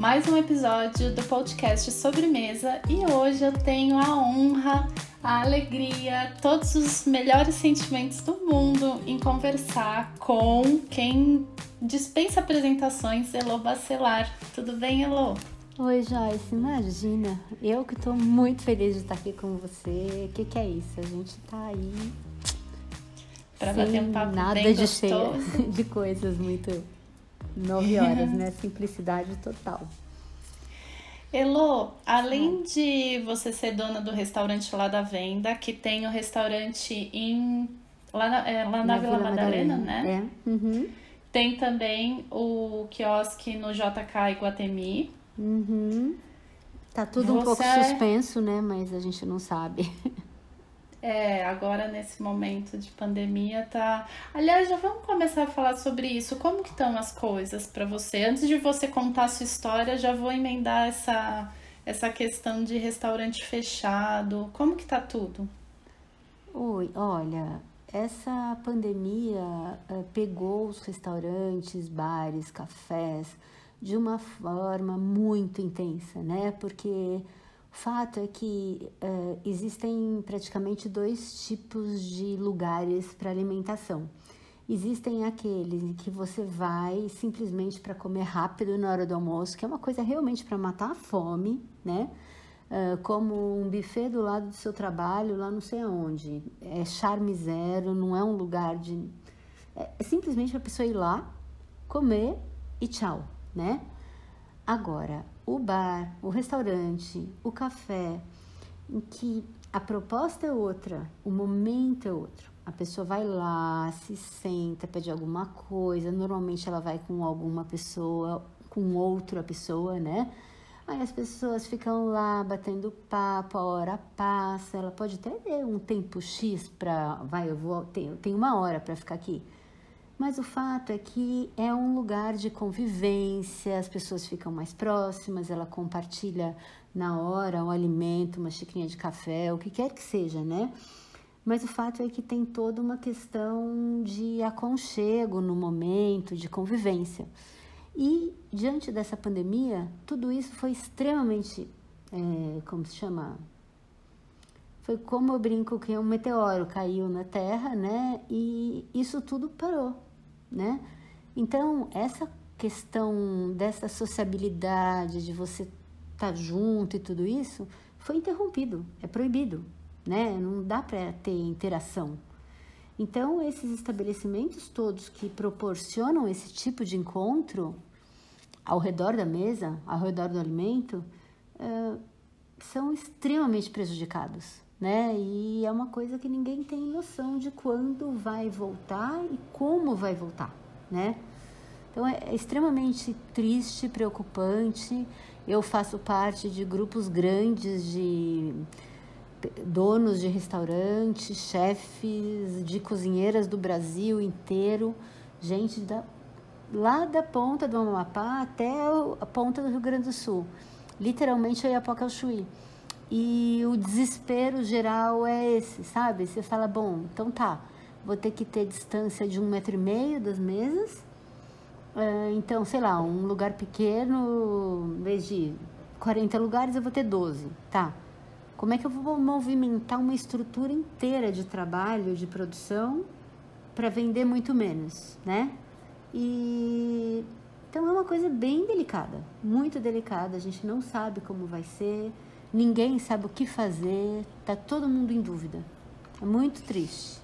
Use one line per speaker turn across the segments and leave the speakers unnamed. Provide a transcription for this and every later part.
mais um episódio do podcast Sobremesa e hoje eu tenho a honra, a alegria, todos os melhores sentimentos do mundo em conversar com quem dispensa apresentações, Elô Bacelar. Tudo bem, Elô?
Oi, Joyce, imagina, eu que tô muito feliz de estar aqui com você. O que é isso? A gente tá aí
para bater um papo
nada
bem
de
gostoso.
cheia de coisas muito 9 horas, né? Simplicidade total.
Elô, além de você ser dona do restaurante lá da Venda, que tem o restaurante lá na Vila Madalena, né?
É. Uhum.
Tem também o quiosque no JK Iguatemi.
Uhum. Tá tudo um pouco suspenso, né? Mas a gente não sabe.
Agora nesse momento de pandemia tá... Aliás, já vamos começar a falar sobre isso. Como que estão as coisas para você? Antes de você contar a sua história, já vou emendar essa questão de restaurante fechado. Como que tá tudo?
Oi, olha, essa pandemia pegou os restaurantes, bares, cafés de uma forma muito intensa, né? Porque o fato é que existem praticamente 2 tipos de lugares para alimentação. Existem aqueles em que você vai simplesmente para comer rápido na hora do almoço, que é uma coisa realmente para matar a fome, né? Como um buffet do lado do seu trabalho, lá não sei aonde. É charme zero, não é um lugar de... É simplesmente para a pessoa ir lá, comer e tchau, né? Agora, o bar, o restaurante, o café, em que a proposta é outra, o momento é outro. A pessoa vai lá, se senta, pede alguma coisa, normalmente ela vai com alguma pessoa, com outra pessoa, né? Aí as pessoas ficam lá batendo papo, a hora passa, ela pode até ter um tempo X para, eu tenho 1 hora para ficar aqui. Mas o fato é que é um lugar de convivência, as pessoas ficam mais próximas, ela compartilha na hora um alimento, uma xicrinha de café, o que quer que seja, né? Mas o fato é que tem toda uma questão de aconchego no momento, de convivência. E diante dessa pandemia, tudo isso foi extremamente, como se chama? Foi como eu brinco que um meteoro caiu na Terra, né? E isso tudo parou, né? Então, essa questão dessa sociabilidade, de você estar junto e tudo isso, foi interrompido, é proibido, né? Não dá para ter interação. Então, esses estabelecimentos todos que proporcionam esse tipo de encontro ao redor da mesa, ao redor do alimento, são extremamente prejudicados, né? E é uma coisa que ninguém tem noção de quando vai voltar e como vai voltar, né? Então é extremamente triste, preocupante. Eu faço parte de grupos grandes de donos de restaurantes, chefes, de cozinheiras do Brasil inteiro, gente lá da ponta do Amapá até a ponta do Rio Grande do Sul, literalmente Oiapoque ao Chuí. E o desespero geral é esse, sabe? Você fala, bom, então tá, vou ter que ter distância de 1,5 metro das mesas. Então, sei lá, um lugar pequeno, em vez de 40 lugares, eu vou ter 12, tá? Como é que eu vou movimentar uma estrutura inteira de trabalho, de produção, para vender muito menos, né? E então é uma coisa bem delicada, muito delicada. A gente não sabe como vai ser. Ninguém sabe o que fazer, tá todo mundo em dúvida. É muito triste.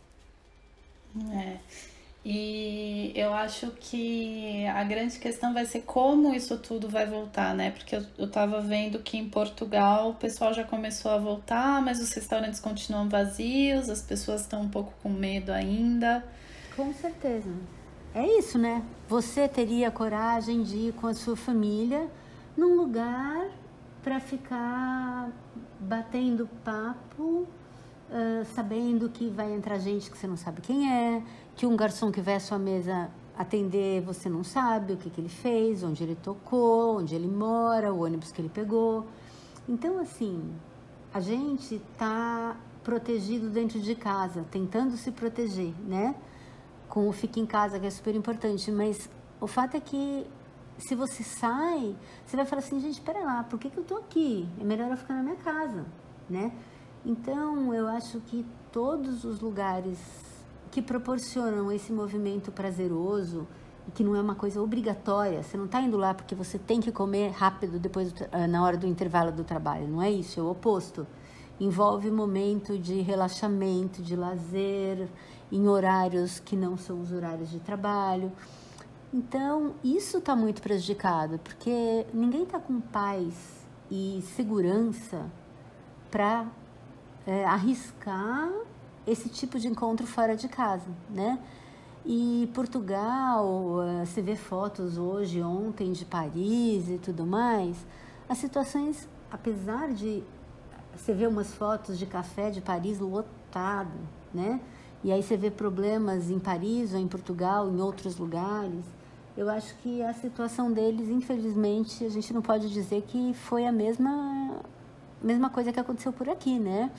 E eu acho que a grande questão vai ser como isso tudo vai voltar, né? Porque eu tava vendo que em Portugal o pessoal já começou a voltar, mas os restaurantes continuam vazios, as pessoas estão um pouco com medo ainda.
Com certeza. É isso, né? Você teria coragem de ir com a sua família num lugar para ficar batendo papo, sabendo que vai entrar gente que você não sabe quem é, que um garçom que vai à sua mesa atender você não sabe o que ele fez, onde ele tocou, onde ele mora, o ônibus que ele pegou. Então, assim, a gente tá protegido dentro de casa, tentando se proteger, né? Com o fique em casa, que é super importante, mas o fato é que se você sai, você vai falar assim, gente, espera lá, por que eu tô aqui? É melhor eu ficar na minha casa, né? Então, eu acho que todos os lugares que proporcionam esse movimento prazeroso, e que não é uma coisa obrigatória, você não está indo lá porque você tem que comer rápido depois na hora do intervalo do trabalho, não é isso, é o oposto. Envolve momento de relaxamento, de lazer, em horários que não são os horários de trabalho. Então, isso está muito prejudicado, porque ninguém está com paz e segurança para arriscar esse tipo de encontro fora de casa, né? E Portugal, você vê fotos hoje, ontem, de Paris e tudo mais, as situações, apesar de você ver umas fotos de café de Paris lotado, né? E aí você vê problemas em Paris ou em Portugal, em outros lugares. Eu acho que a situação deles, infelizmente, a gente não pode dizer que foi a mesma coisa que aconteceu por aqui, né?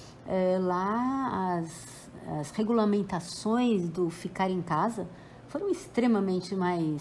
Lá as regulamentações do ficar em casa foram extremamente mais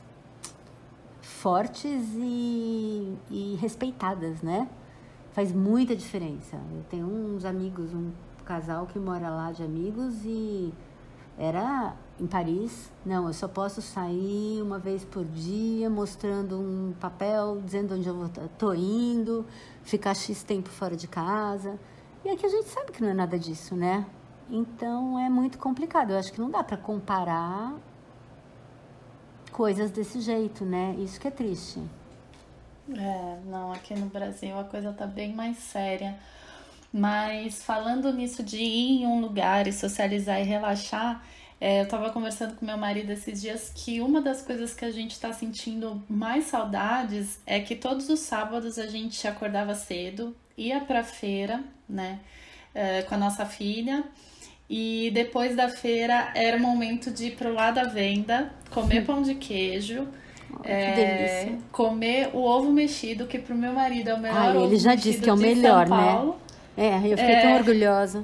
fortes e respeitadas, né? Faz muita diferença. Eu tenho uns amigos, um casal que mora lá de amigos e era em Paris, não, eu só posso sair uma vez por dia mostrando um papel, dizendo onde eu tô indo, ficar X tempo fora de casa. E aqui a gente sabe que não é nada disso, né? Então é muito complicado. Eu acho que não dá para comparar coisas desse jeito, né? Isso que é triste.
Não, aqui no Brasil a coisa tá bem mais séria. Mas falando nisso de ir em um lugar e socializar e relaxar, eu tava conversando com meu marido esses dias que uma das coisas que a gente tá sentindo mais saudades é que todos os sábados a gente acordava cedo, ia pra feira, né, com a nossa filha, e depois da feira era o momento de ir pro Lá da Venda, comer pão de queijo,
Que delícia.
comer o ovo mexido, que pro meu marido é o melhor
Ai, ele
ovo
já disse que
mexido
é o
de São
melhor, né?
Paulo.
Eu fiquei tão orgulhosa.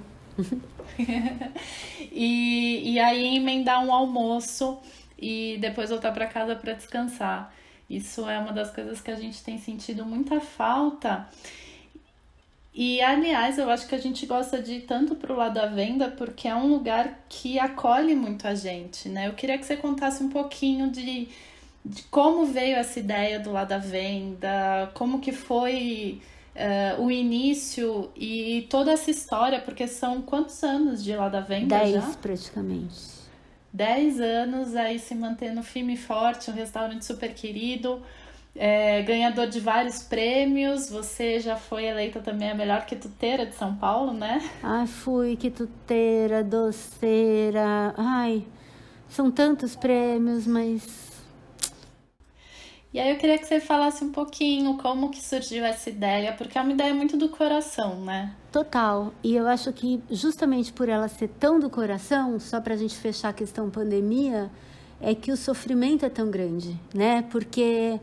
E aí emendar um almoço e depois voltar para casa para descansar. Isso é uma das coisas que a gente tem sentido muita falta. E, aliás, eu acho que a gente gosta de ir tanto pro Lado da Venda porque é um lugar que acolhe muito a gente, né? Eu queria que você contasse um pouquinho de como veio essa ideia do Lado da Venda, como que foi o início e toda essa história, porque são quantos anos de Lá da Venda
10
já?
praticamente.
10 anos aí se mantendo firme e forte, um restaurante super querido, ganhador de vários prêmios. Você já foi eleita também a melhor quituteira de São Paulo, né?
Ai, fui quituteira, doceira. Ai, são tantos prêmios, mas
E aí eu queria que você falasse um pouquinho como que surgiu essa ideia, porque é uma ideia muito do coração, né?
total. E eu acho que justamente por ela ser tão do coração, só pra gente fechar a questão pandemia, é que o sofrimento é tão grande, né? Porque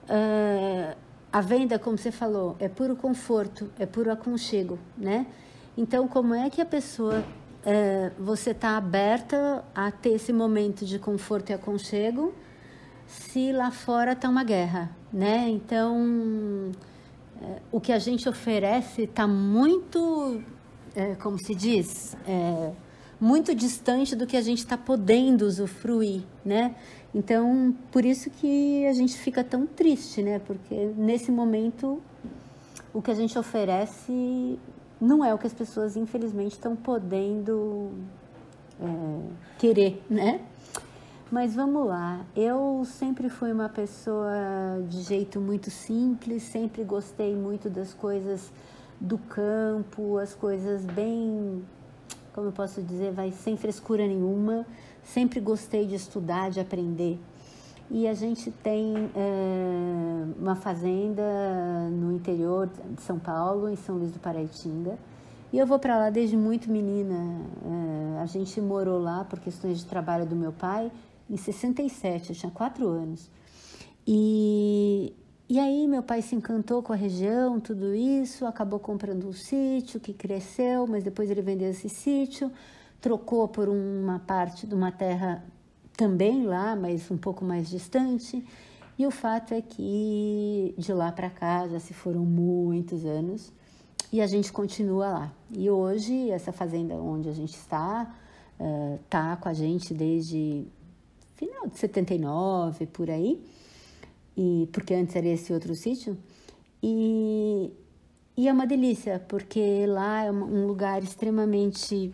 a venda, como você falou, é puro conforto, é puro aconchego, né? Então, como é que a pessoa, você está aberta a ter esse momento de conforto e aconchego se lá fora está uma guerra, né? Então, o que a gente oferece está muito, como se diz, muito distante do que a gente está podendo usufruir, né? Então, por isso que a gente fica tão triste, né? Porque nesse momento, o que a gente oferece não é o que as pessoas, infelizmente, estão podendo querer, né? Mas vamos lá, eu sempre fui uma pessoa de jeito muito simples, sempre gostei muito das coisas do campo, as coisas bem, como eu posso dizer, sem frescura nenhuma, sempre gostei de estudar, de aprender. E a gente tem uma fazenda no interior de São Paulo, em São Luís do Paraitinga, e eu vou para lá desde muito menina. A gente morou lá por questões de trabalho do meu pai, em 67, eu tinha 4 anos. E aí meu pai se encantou com a região, tudo isso, acabou comprando um sítio que cresceu, mas depois ele vendeu esse sítio, trocou por uma parte de uma terra também lá, mas um pouco mais distante. E o fato é que de lá para cá já se foram muitos anos e a gente continua lá. E hoje essa fazenda onde a gente está com a gente desde final de 79, por aí, porque antes era esse outro sítio. E é uma delícia, porque lá é um lugar extremamente,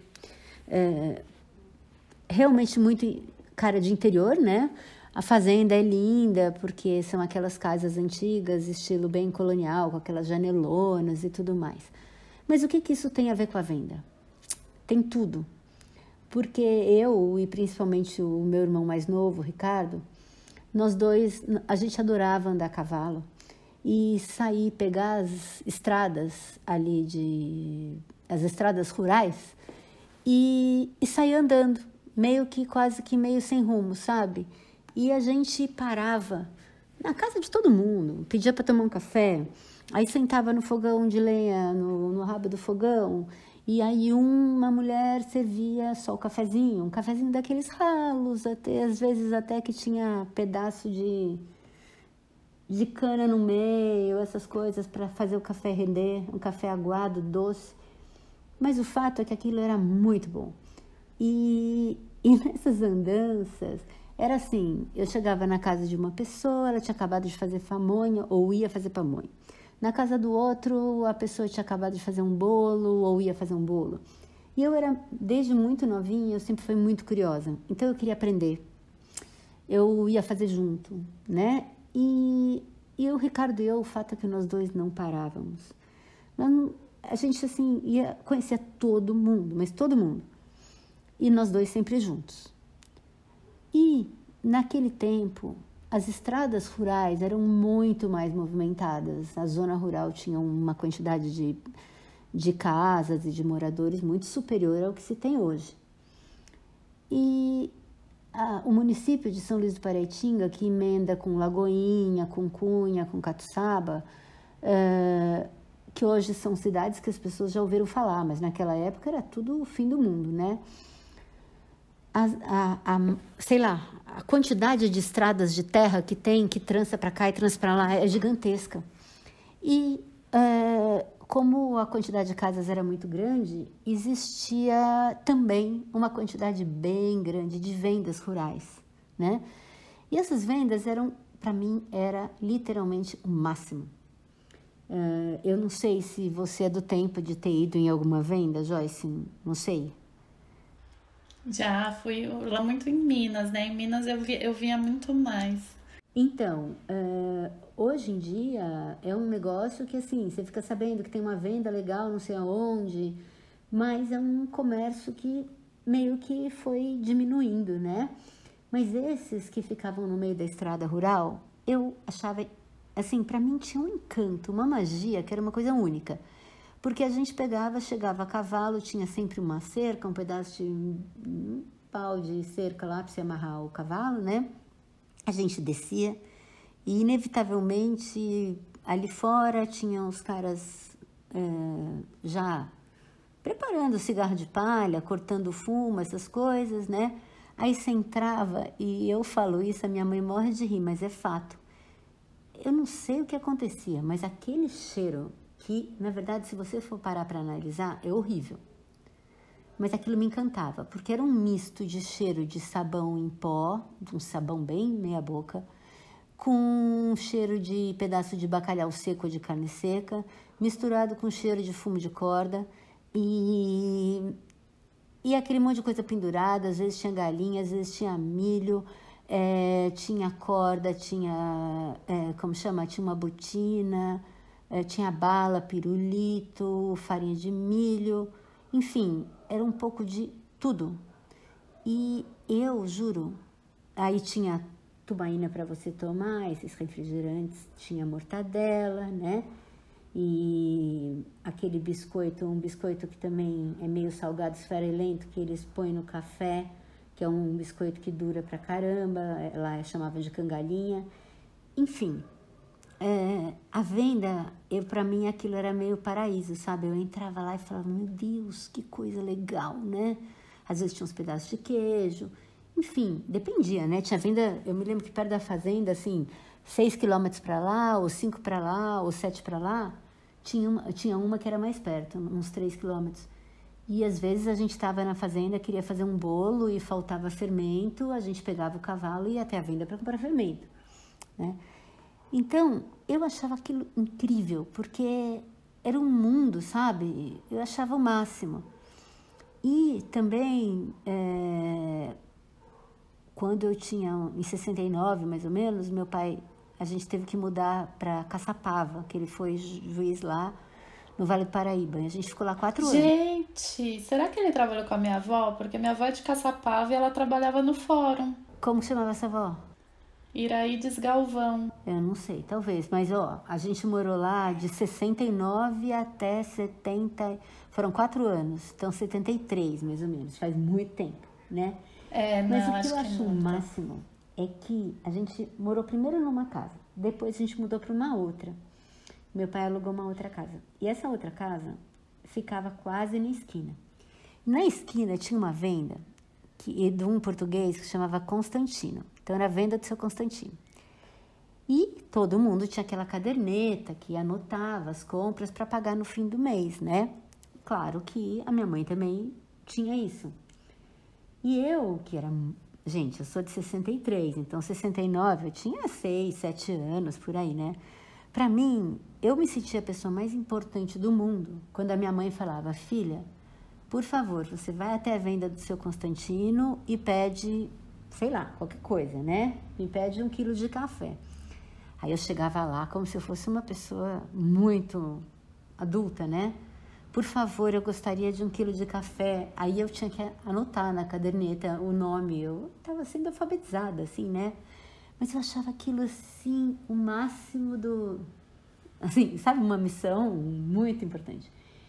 realmente muito cara de interior, né? A fazenda é linda, porque são aquelas casas antigas, estilo bem colonial, com aquelas janelonas e tudo mais. Mas o que isso tem a ver com a venda? Tem tudo. Porque eu, e principalmente o meu irmão mais novo, Ricardo, nós dois, a gente adorava andar a cavalo e sair, pegar as estradas ali, as estradas rurais e sair andando, meio que quase que meio sem rumo, sabe? E a gente parava na casa de todo mundo, pedia para tomar um café, aí sentava no fogão de lenha, no rabo do fogão, e aí uma mulher servia só o cafezinho, um cafezinho daqueles ralos, até, às vezes até que tinha pedaço de cana no meio, essas coisas para fazer o café render, um café aguado, doce. Mas o fato é que aquilo era muito bom. E nessas andanças, era assim, eu chegava na casa de uma pessoa, ela tinha acabado de fazer pamonha ou ia fazer pamonha. Na casa do outro, a pessoa tinha acabado de fazer um bolo ou ia fazer um bolo. E eu era, desde muito novinha, eu sempre fui muito curiosa. Então eu queria aprender. Eu ia fazer junto, né? E o Ricardo e eu, o fato é que nós dois não parávamos. A gente, assim, ia conhecer todo mundo, mas todo mundo. E nós dois sempre juntos. E, naquele tempo, as estradas rurais eram muito mais movimentadas. A zona rural tinha uma quantidade de casas e de moradores muito superior ao que se tem hoje. E o município de São Luís do Paraitinga, que emenda com Lagoinha, com Cunha, com Catuçaba, que hoje são cidades que as pessoas já ouviram falar, mas naquela época era tudo o fim do mundo, né? Sei lá, a quantidade de estradas de terra que tem, que trança para cá e trança para lá, é gigantesca. E como a quantidade de casas era muito grande, existia também uma quantidade bem grande de vendas rurais, né? E essas vendas eram, para mim, era literalmente o máximo. Eu não sei se você é do tempo de ter ido em alguma venda, Joyce, não sei.
Já fui lá muito em Minas, né? Em Minas eu via muito mais.
Então, hoje em dia é um negócio que, assim, você fica sabendo que tem uma venda legal não sei aonde, mas é um comércio que meio que foi diminuindo, né? Mas esses que ficavam no meio da estrada rural, eu achava, assim, para mim tinha um encanto, uma magia, que era uma coisa única. Porque a gente chegava a cavalo, tinha sempre uma cerca, um pedaço de um pau de cerca lá para você amarrar o cavalo, né? A gente descia e, inevitavelmente, ali fora tinham os caras já preparando cigarro de palha, cortando fumo, essas coisas, né? Aí você entrava, e eu falo isso, a minha mãe morre de rir, mas é fato. Eu não sei o que acontecia, mas aquele cheiro que, na verdade, se você for parar para analisar, é horrível. Mas aquilo me encantava, porque era um misto de cheiro de sabão em pó, de um sabão bem meia boca, com um cheiro de pedaço de bacalhau seco ou de carne seca, misturado com cheiro de fumo de corda e aquele monte de coisa pendurada, às vezes tinha galinha, às vezes tinha milho, tinha corda, tinha, tinha uma botina, tinha bala, pirulito, farinha de milho, enfim, era um pouco de tudo. E eu juro, aí tinha tubaína para você tomar, esses refrigerantes, tinha mortadela, né? E aquele biscoito, um biscoito que também é meio salgado, esfarelento, que eles põem no café, que é um biscoito que dura pra caramba, lá chamava de cangalhinha. Enfim, a venda, para mim aquilo era meio paraíso, sabe? Eu entrava lá e falava, meu Deus, que coisa legal, né? Às vezes tinha uns pedaços de queijo, enfim, dependia, né? Tinha venda, eu me lembro que perto da fazenda, assim, 6 quilômetros para lá, ou 5 para lá, ou 7 para lá, tinha uma que era mais perto, uns 3 quilômetros. E às vezes a gente estava na fazenda, queria fazer um bolo e faltava fermento, a gente pegava o cavalo e ia até a venda para comprar fermento, né? Então, eu achava aquilo incrível, porque era um mundo, sabe? Eu achava o máximo. E também, quando eu tinha, em 69 mais ou menos, meu pai, a gente teve que mudar para Caçapava, que ele foi juiz lá no Vale do Paraíba. E a gente ficou lá 4 anos.
Gente, será que ele trabalhou com a minha avó? Porque minha avó é de Caçapava e ela trabalhava no fórum.
Como chamava essa avó?
Iraídes Galvão.
Eu não sei, talvez. Mas, ó, a gente morou lá de 69 até 70... Foram 4 anos. Então, 73, mais ou menos. Faz muito tempo, né? Mas
Não,
o que
acho
eu
que
acho o
nunca.
máximo é que a gente morou primeiro numa casa. Depois a gente mudou para uma outra. Meu pai alugou uma outra casa. E essa outra casa ficava quase na esquina. Na esquina tinha uma venda de um português que chamava Constantino. Então, era a venda do seu Constantino. E todo mundo tinha aquela caderneta que anotava as compras para pagar no fim do mês, né? Claro que a minha mãe também tinha isso. E eu, que era... Gente, eu sou de 63, então 69 eu tinha 6, 7 anos, por aí, né? Para mim, eu me sentia a pessoa mais importante do mundo quando a minha mãe falava: filha, por favor, você vai até a venda do seu Constantino e pede, sei lá, qualquer coisa, né? Me pede 1 quilo de café. Aí eu chegava lá como se eu fosse uma pessoa muito adulta, né? Por favor, eu gostaria de 1 quilo de café. Aí eu tinha que anotar na caderneta o nome. Eu estava sendo alfabetizada, assim, né? Mas eu achava aquilo, assim, o máximo do... Assim, sabe, uma missão muito importante.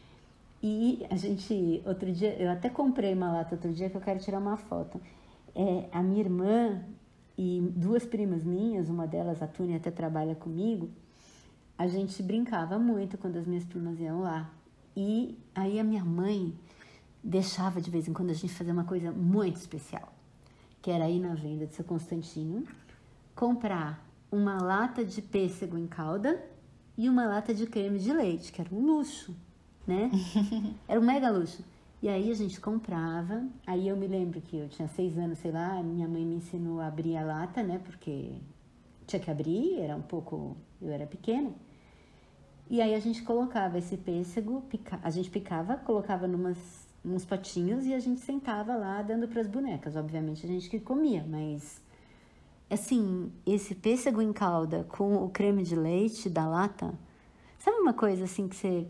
E a gente, outro dia, eu até comprei uma lata outro dia que eu quero tirar uma foto. A minha irmã e 2 primas minhas, uma delas, a Tune, até trabalha comigo, a gente brincava muito quando as minhas primas iam lá. E aí a minha mãe deixava de vez em quando a gente fazer uma coisa muito especial, que era ir na venda do seu Constantino, comprar uma lata de pêssego em calda e uma lata de creme de leite, que era um luxo, né? Era um mega luxo. E aí a gente comprava, aí eu me lembro que eu tinha 6 anos, sei lá, minha mãe me ensinou a abrir a lata, né? Porque tinha que abrir, eu era pequena. E aí a gente colocava esse pêssego, a gente picava, colocava nos potinhos e a gente sentava lá dando para as bonecas. Obviamente a gente que comia, mas assim, esse pêssego em calda com o creme de leite da lata, sabe uma coisa assim que você...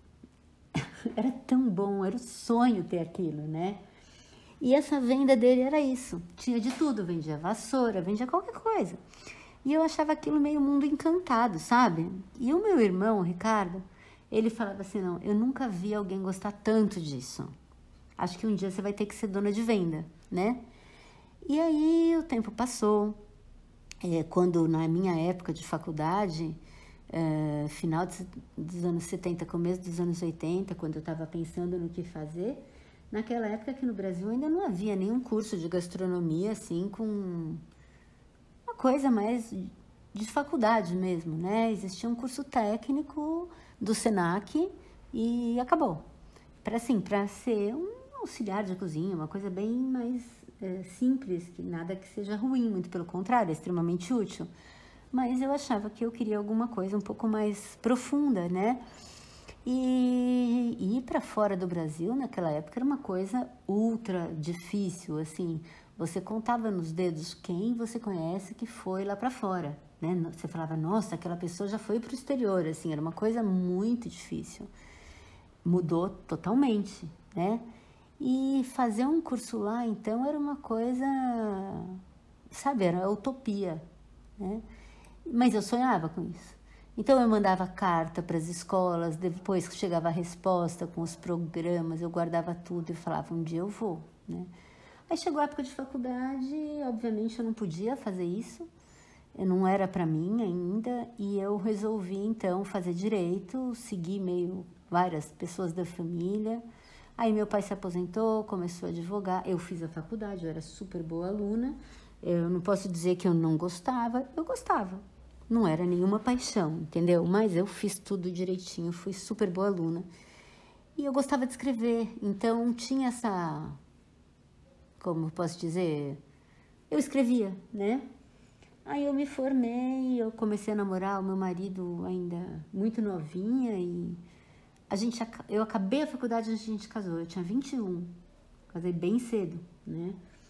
Era tão bom, era o sonho ter aquilo, né? E essa venda dele era isso, tinha de tudo, vendia vassoura, vendia qualquer coisa. E eu achava aquilo meio mundo encantado, sabe? E o meu irmão, o Ricardo, ele falava assim, não, eu nunca vi alguém gostar tanto disso. Acho que um dia você vai ter que ser dona de venda, né? E aí o tempo passou. Quando na minha época de faculdade, final dos anos 70, começo dos anos 80, quando eu estava pensando no que fazer, naquela época aqui no Brasil ainda não havia nenhum curso de gastronomia, assim, com... coisa mais de faculdade mesmo, né? Existia um curso técnico do Senac e acabou. Para ser um auxiliar de cozinha, uma coisa bem mais simples, que nada que seja ruim, muito pelo contrário, é extremamente útil. Mas eu achava que eu queria alguma coisa um pouco mais profunda, né? E ir para fora do Brasil naquela época era uma coisa ultra difícil, assim. Você contava nos dedos quem você conhece que foi lá para fora, né? Você falava, nossa, aquela pessoa já foi para o exterior, assim, era uma coisa muito difícil. Mudou totalmente, né? E fazer um curso lá, então, era uma coisa, sabe, era utopia, né? Mas eu sonhava com isso. Então, eu mandava carta para as escolas, depois que chegava a resposta com os programas, eu guardava tudo e falava, um dia eu vou, né? Aí chegou a época de faculdade, obviamente eu não podia fazer isso, não era para mim ainda, e eu resolvi então fazer direito, seguir meio várias pessoas da família. Aí meu pai se aposentou, começou a advogar, eu fiz a faculdade, eu era super boa aluna, eu não posso dizer que eu não gostava, eu gostava, Não era nenhuma paixão, entendeu? Mas eu fiz tudo direitinho, fui super boa aluna. E eu gostava de escrever, então tinha essa, como posso dizer, eu escrevia, né? Aí eu me formei, eu comecei a namorar o meu marido ainda muito novinha e eu acabei a faculdade antes de a gente casou, eu tinha 21, casei bem cedo, né?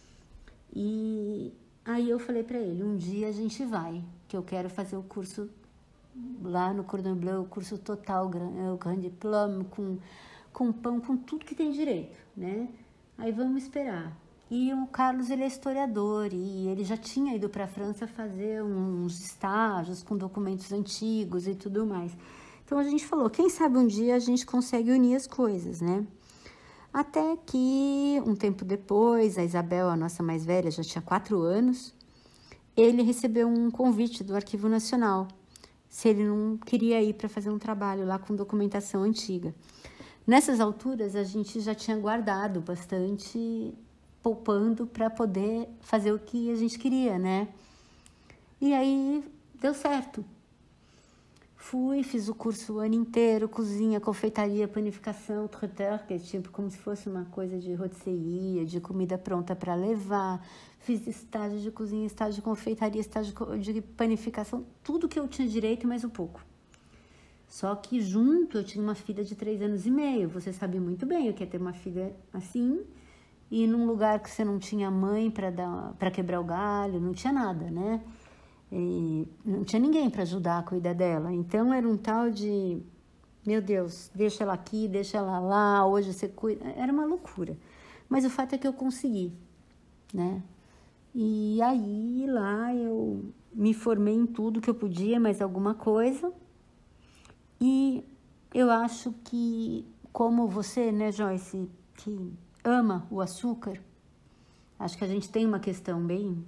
E aí eu falei pra ele, um dia a gente vai, que eu quero fazer o curso lá no Cordon Bleu, o curso total, o Grand Diplôme, com pão, com tudo que tem direito, né? Aí vamos esperar. E o Carlos, ele é historiador e ele já tinha ido para a França fazer uns estágios com documentos antigos e tudo mais. Então a gente falou, quem sabe um dia a gente consegue unir as coisas, né? Até que, um tempo depois, a Isabel, a nossa mais velha, já tinha 4 anos, ele recebeu um convite do Arquivo Nacional, se ele não queria ir para fazer um trabalho lá com documentação antiga. Nessas alturas, a gente já tinha guardado bastante, poupando para poder fazer o que a gente queria, né? E aí, deu certo. Fui, fiz o curso o ano inteiro, cozinha, confeitaria, panificação, traiteur, que é tipo como se fosse uma coisa de rotisserie, de comida pronta para levar. Fiz estágio de cozinha, estágio de confeitaria, estágio de panificação, tudo que eu tinha direito, mais um pouco. Só que junto eu tinha uma filha de 3 anos e meio. Você sabe muito bem o que é ter uma filha assim, e num lugar que você não tinha mãe para quebrar o galho, não tinha nada, né? E não tinha ninguém para ajudar a cuidar dela. Então era um tal de, meu Deus, deixa ela aqui, deixa ela lá, hoje você cuida. Era uma loucura. Mas o fato é que eu consegui, né? E aí lá eu me formei em tudo que eu podia, mais alguma coisa. E eu acho que, como você, né, Joyce, que ama o açúcar, acho que a gente tem uma questão bem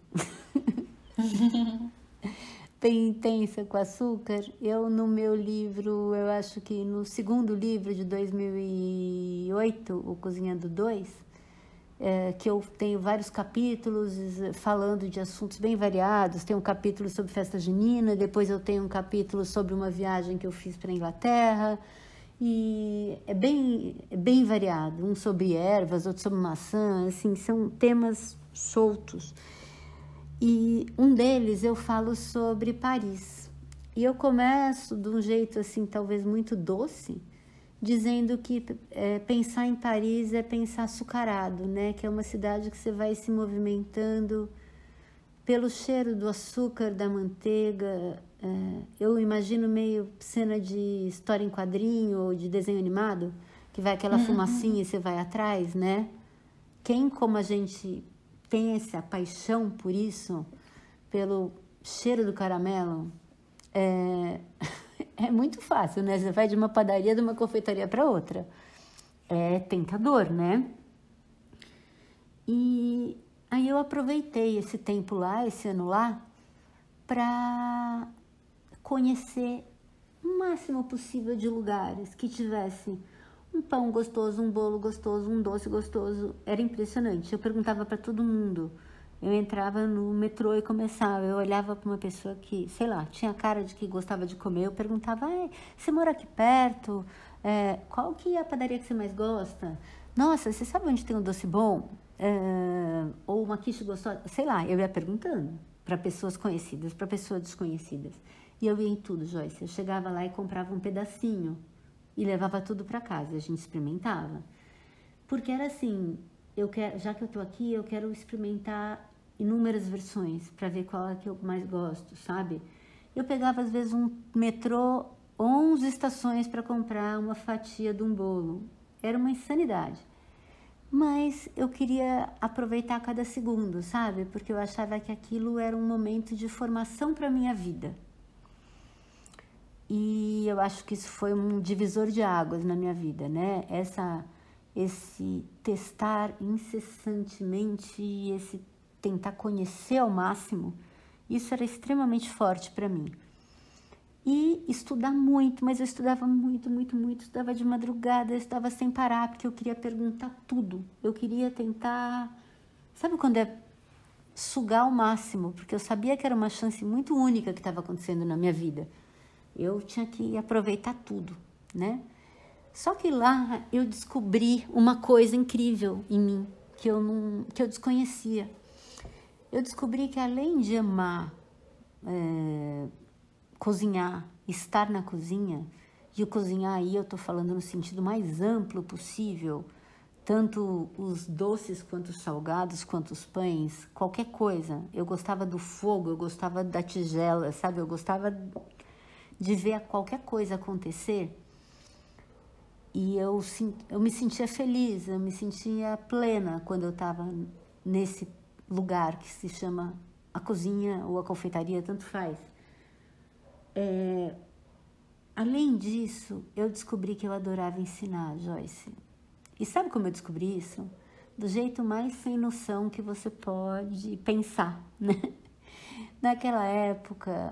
bem intensa com açúcar. Eu, no meu livro, eu acho que no segundo livro de 2008, o Cozinhando 2, que eu tenho vários capítulos falando de assuntos bem variados. Tem um capítulo sobre festa junina, depois eu tenho um capítulo sobre uma viagem que eu fiz para a Inglaterra, e é bem variado, um sobre ervas, outro sobre maçã, assim, são temas soltos. E um deles eu falo sobre Paris. E eu começo de um jeito assim, talvez muito doce, dizendo que pensar em Paris é pensar açucarado, né? Que é uma cidade que você vai se movimentando pelo cheiro do açúcar, da manteiga. Eu imagino meio cena de história em quadrinho ou de desenho animado, que vai aquela fumacinha e você vai atrás, né? Quem como a gente tem essa paixão por isso, pelo cheiro do caramelo, é muito fácil, né? Você vai de uma padaria, de uma confeitaria para outra. É tentador, né? E aí eu aproveitei esse tempo lá, esse ano lá, para conhecer o máximo possível de lugares que tivesse um pão gostoso, um bolo gostoso, um doce gostoso. Era impressionante. Eu perguntava para todo mundo. Eu entrava no metrô e começava. Eu olhava para uma pessoa que, sei lá, tinha cara de que gostava de comer. Eu perguntava, você mora aqui perto? Qual que é a padaria que você mais gosta? Nossa, você sabe onde tem um doce bom? Ou uma quiche gostosa? Sei lá, eu ia perguntando para pessoas conhecidas, para pessoas desconhecidas. E eu ia em tudo, Joyce. Eu chegava lá e comprava um pedacinho e levava tudo para casa, a gente experimentava. Porque era assim, já que eu tô aqui, eu quero experimentar inúmeras versões para ver qual é que eu mais gosto, sabe? Eu pegava às vezes um metrô, 11 estações para comprar uma fatia de um bolo. Era uma insanidade. Mas eu queria aproveitar cada segundo, sabe? Porque eu achava que aquilo era um momento de formação para minha vida. E eu acho que isso foi um divisor de águas na minha vida, né? Esse testar incessantemente, esse tentar conhecer ao máximo, isso era extremamente forte para mim. E estudar muito, mas eu estudava muito, estudava de madrugada, eu estudava sem parar, porque eu queria perguntar tudo. Eu queria tentar... Sabe quando sugar ao máximo, porque eu sabia que era uma chance muito única que estava acontecendo na minha vida. Eu tinha que aproveitar tudo, né? Só que lá eu descobri uma coisa incrível em mim, que eu desconhecia. Eu descobri que além de amar cozinhar, estar na cozinha, e o cozinhar aí eu estou falando no sentido mais amplo possível, tanto os doces quanto os salgados, quanto os pães, qualquer coisa. Eu gostava do fogo, eu gostava da tigela, sabe? Eu gostava de ver qualquer coisa acontecer. E eu me sentia feliz, eu me sentia plena quando eu estava nesse lugar que se chama a cozinha ou a confeitaria, tanto faz. Além disso, eu descobri que eu adorava ensinar, Joyce. E sabe como eu descobri isso? Do jeito mais sem noção que você pode pensar, né? Naquela época,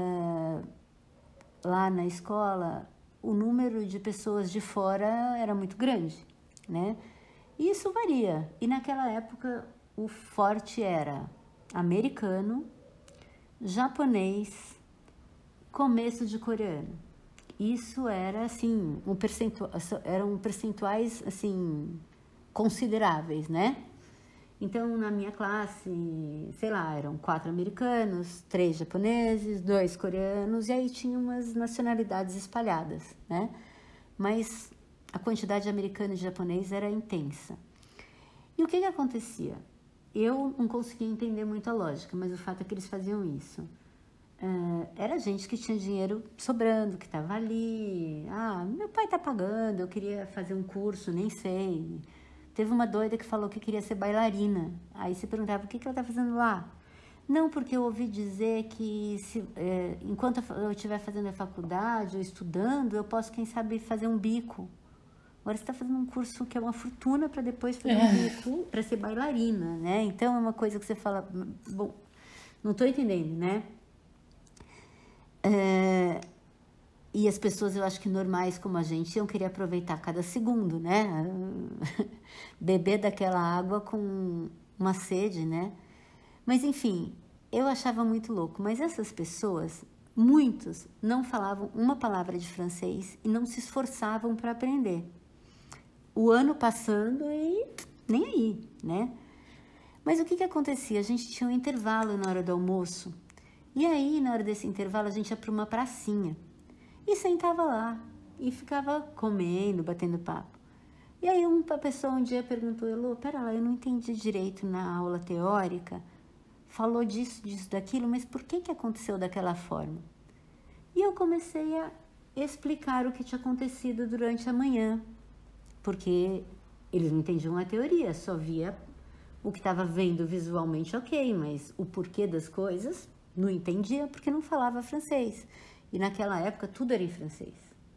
lá na escola, o número de pessoas de fora era muito grande, né? E isso varia. E naquela época, o forte era americano, japonês, começo de coreano. Isso era, assim, eram percentuais, assim, consideráveis, né? Então, na minha classe, sei lá, eram 4 americanos, 3 japoneses, 2 coreanos, e aí tinha umas nacionalidades espalhadas, né? Mas a quantidade de americano e de japonês era intensa. E o que acontecia? Eu não conseguia entender muito a lógica, mas o fato é que eles faziam isso. Era gente que tinha dinheiro sobrando, que estava ali. Ah, meu pai está pagando, eu queria fazer um curso, nem sei. Teve uma doida que falou que queria ser bailarina. Aí você perguntava, o que ela está fazendo lá? Não, porque eu ouvi dizer que enquanto eu estiver fazendo a faculdade ou estudando, eu posso, quem sabe, fazer um bico. Agora você está fazendo um curso que é uma fortuna para depois fazer um bico para ser bailarina, né? Então é uma coisa que você fala, bom, não estou entendendo, né? E as pessoas, eu acho que normais como a gente, iam querer aproveitar cada segundo, né? Beber daquela água com uma sede, né? Mas, enfim, eu achava muito louco. Mas essas pessoas, muitos, não falavam uma palavra de francês e não se esforçavam para aprender. O ano passando e nem aí, né? Mas o que acontecia? A gente tinha um intervalo na hora do almoço. E aí, na hora desse intervalo, a gente ia para uma pracinha. E sentava lá. E ficava comendo, batendo papo. E aí, uma pessoa um dia perguntou, Elô, pera lá, eu não entendi direito na aula teórica. Falou disso, daquilo, mas por que aconteceu daquela forma? E eu comecei a explicar o que tinha acontecido durante a manhã. Porque eles não entendiam a teoria, só via o que estava vendo visualmente, ok, mas o porquê das coisas não entendia porque não falava francês. E naquela época tudo era em francês.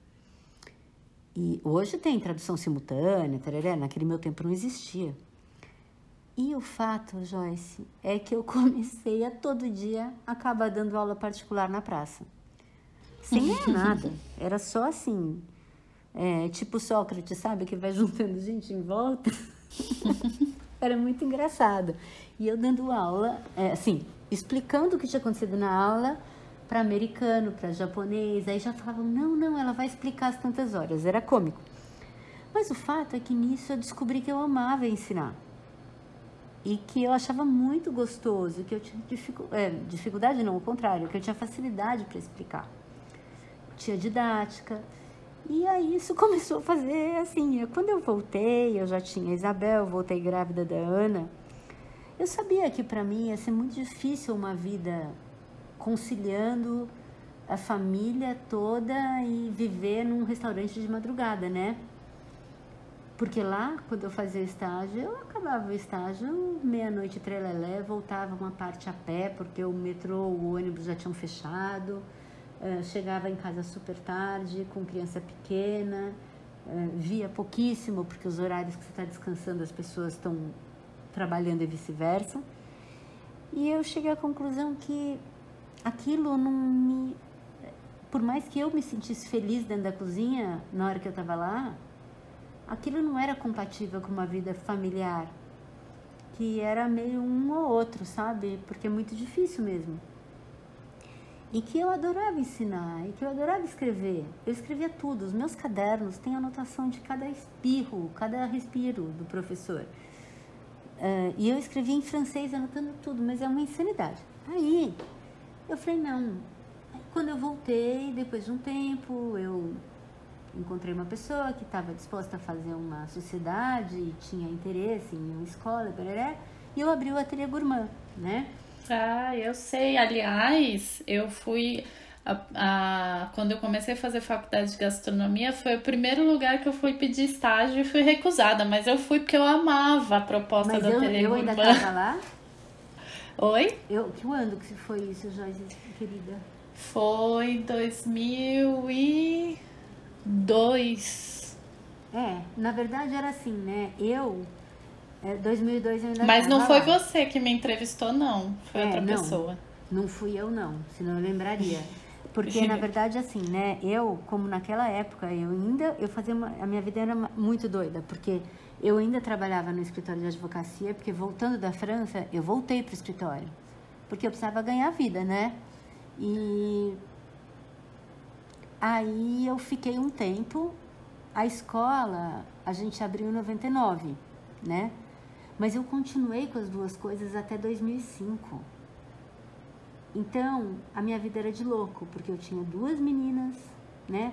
E hoje tem tradução simultânea, tarará, naquele meu tempo não existia. E o fato, Joyce, é que eu comecei a todo dia acabar dando aula particular na praça. Sem ganhar nada, era só assim, tipo Sócrates, sabe, que vai juntando gente em volta. Era muito engraçado. E eu dando aula, assim, explicando o que tinha acontecido na aula para americano, para japonês. Aí já falavam, não, ela vai explicar as tantas horas. Era cômico. Mas o fato é que nisso eu descobri que eu amava ensinar. E que eu achava muito gostoso, que eu tinha dificuldade não, ao contrário, que eu tinha facilidade para explicar. Tinha didática. E aí isso começou a fazer assim, quando eu voltei, eu já tinha a Isabel, voltei grávida da Ana. Eu sabia que para mim ia ser muito difícil uma vida conciliando a família toda e viver num restaurante de madrugada, né? Porque lá, quando eu fazia estágio, eu acabava o estágio meia-noite, trelelé, voltava uma parte a pé, porque o metrô, o ônibus já tinham fechado. Chegava em casa super tarde, com criança pequena, via pouquíssimo, porque os horários que você está descansando as pessoas estão trabalhando e vice-versa. E eu cheguei à conclusão que aquilo não me... Por mais que eu me sentisse feliz dentro da cozinha, na hora que eu estava lá, aquilo não era compatível com uma vida familiar, que era meio um ou outro, sabe? Porque é muito difícil mesmo. E que eu adorava ensinar, e que eu adorava escrever. Eu escrevia tudo, os meus cadernos têm anotação de cada espirro, cada respiro do professor. E eu escrevia em francês anotando tudo, mas é uma insanidade. Aí eu falei, não. Quando eu voltei, depois de um tempo, eu encontrei uma pessoa que estava disposta a fazer uma sociedade, e tinha interesse em uma escola, e eu abri o Ateliê Gourmand, né?
Ah, eu sei. Aliás, eu fui. Quando eu comecei a fazer faculdade de gastronomia, foi o primeiro lugar que eu fui pedir estágio e fui recusada. Mas eu fui porque eu amava a proposta
Mas
do Ateliê
eu ainda
Gourmand.
estava lá.
Oi?
Que ano que foi isso, Joyce, querida?
Foi 2002.
Na verdade era assim, né? 2002 eu ainda
Mas não
estava
foi
lá.
você que me entrevistou, não. Foi outra
Não,
pessoa.
não fui eu não, senão eu lembraria. Porque na verdade assim, né? Eu, como naquela época, eu fazia a minha vida era muito doida, porque eu ainda trabalhava no escritório de advocacia, porque voltando da França, eu voltei pro escritório, porque eu precisava ganhar vida, né? E aí eu fiquei um tempo, a escola a gente abriu em 99, né? Mas eu continuei com as duas coisas até 2005. Então, a minha vida era de louco, porque eu tinha duas meninas, né?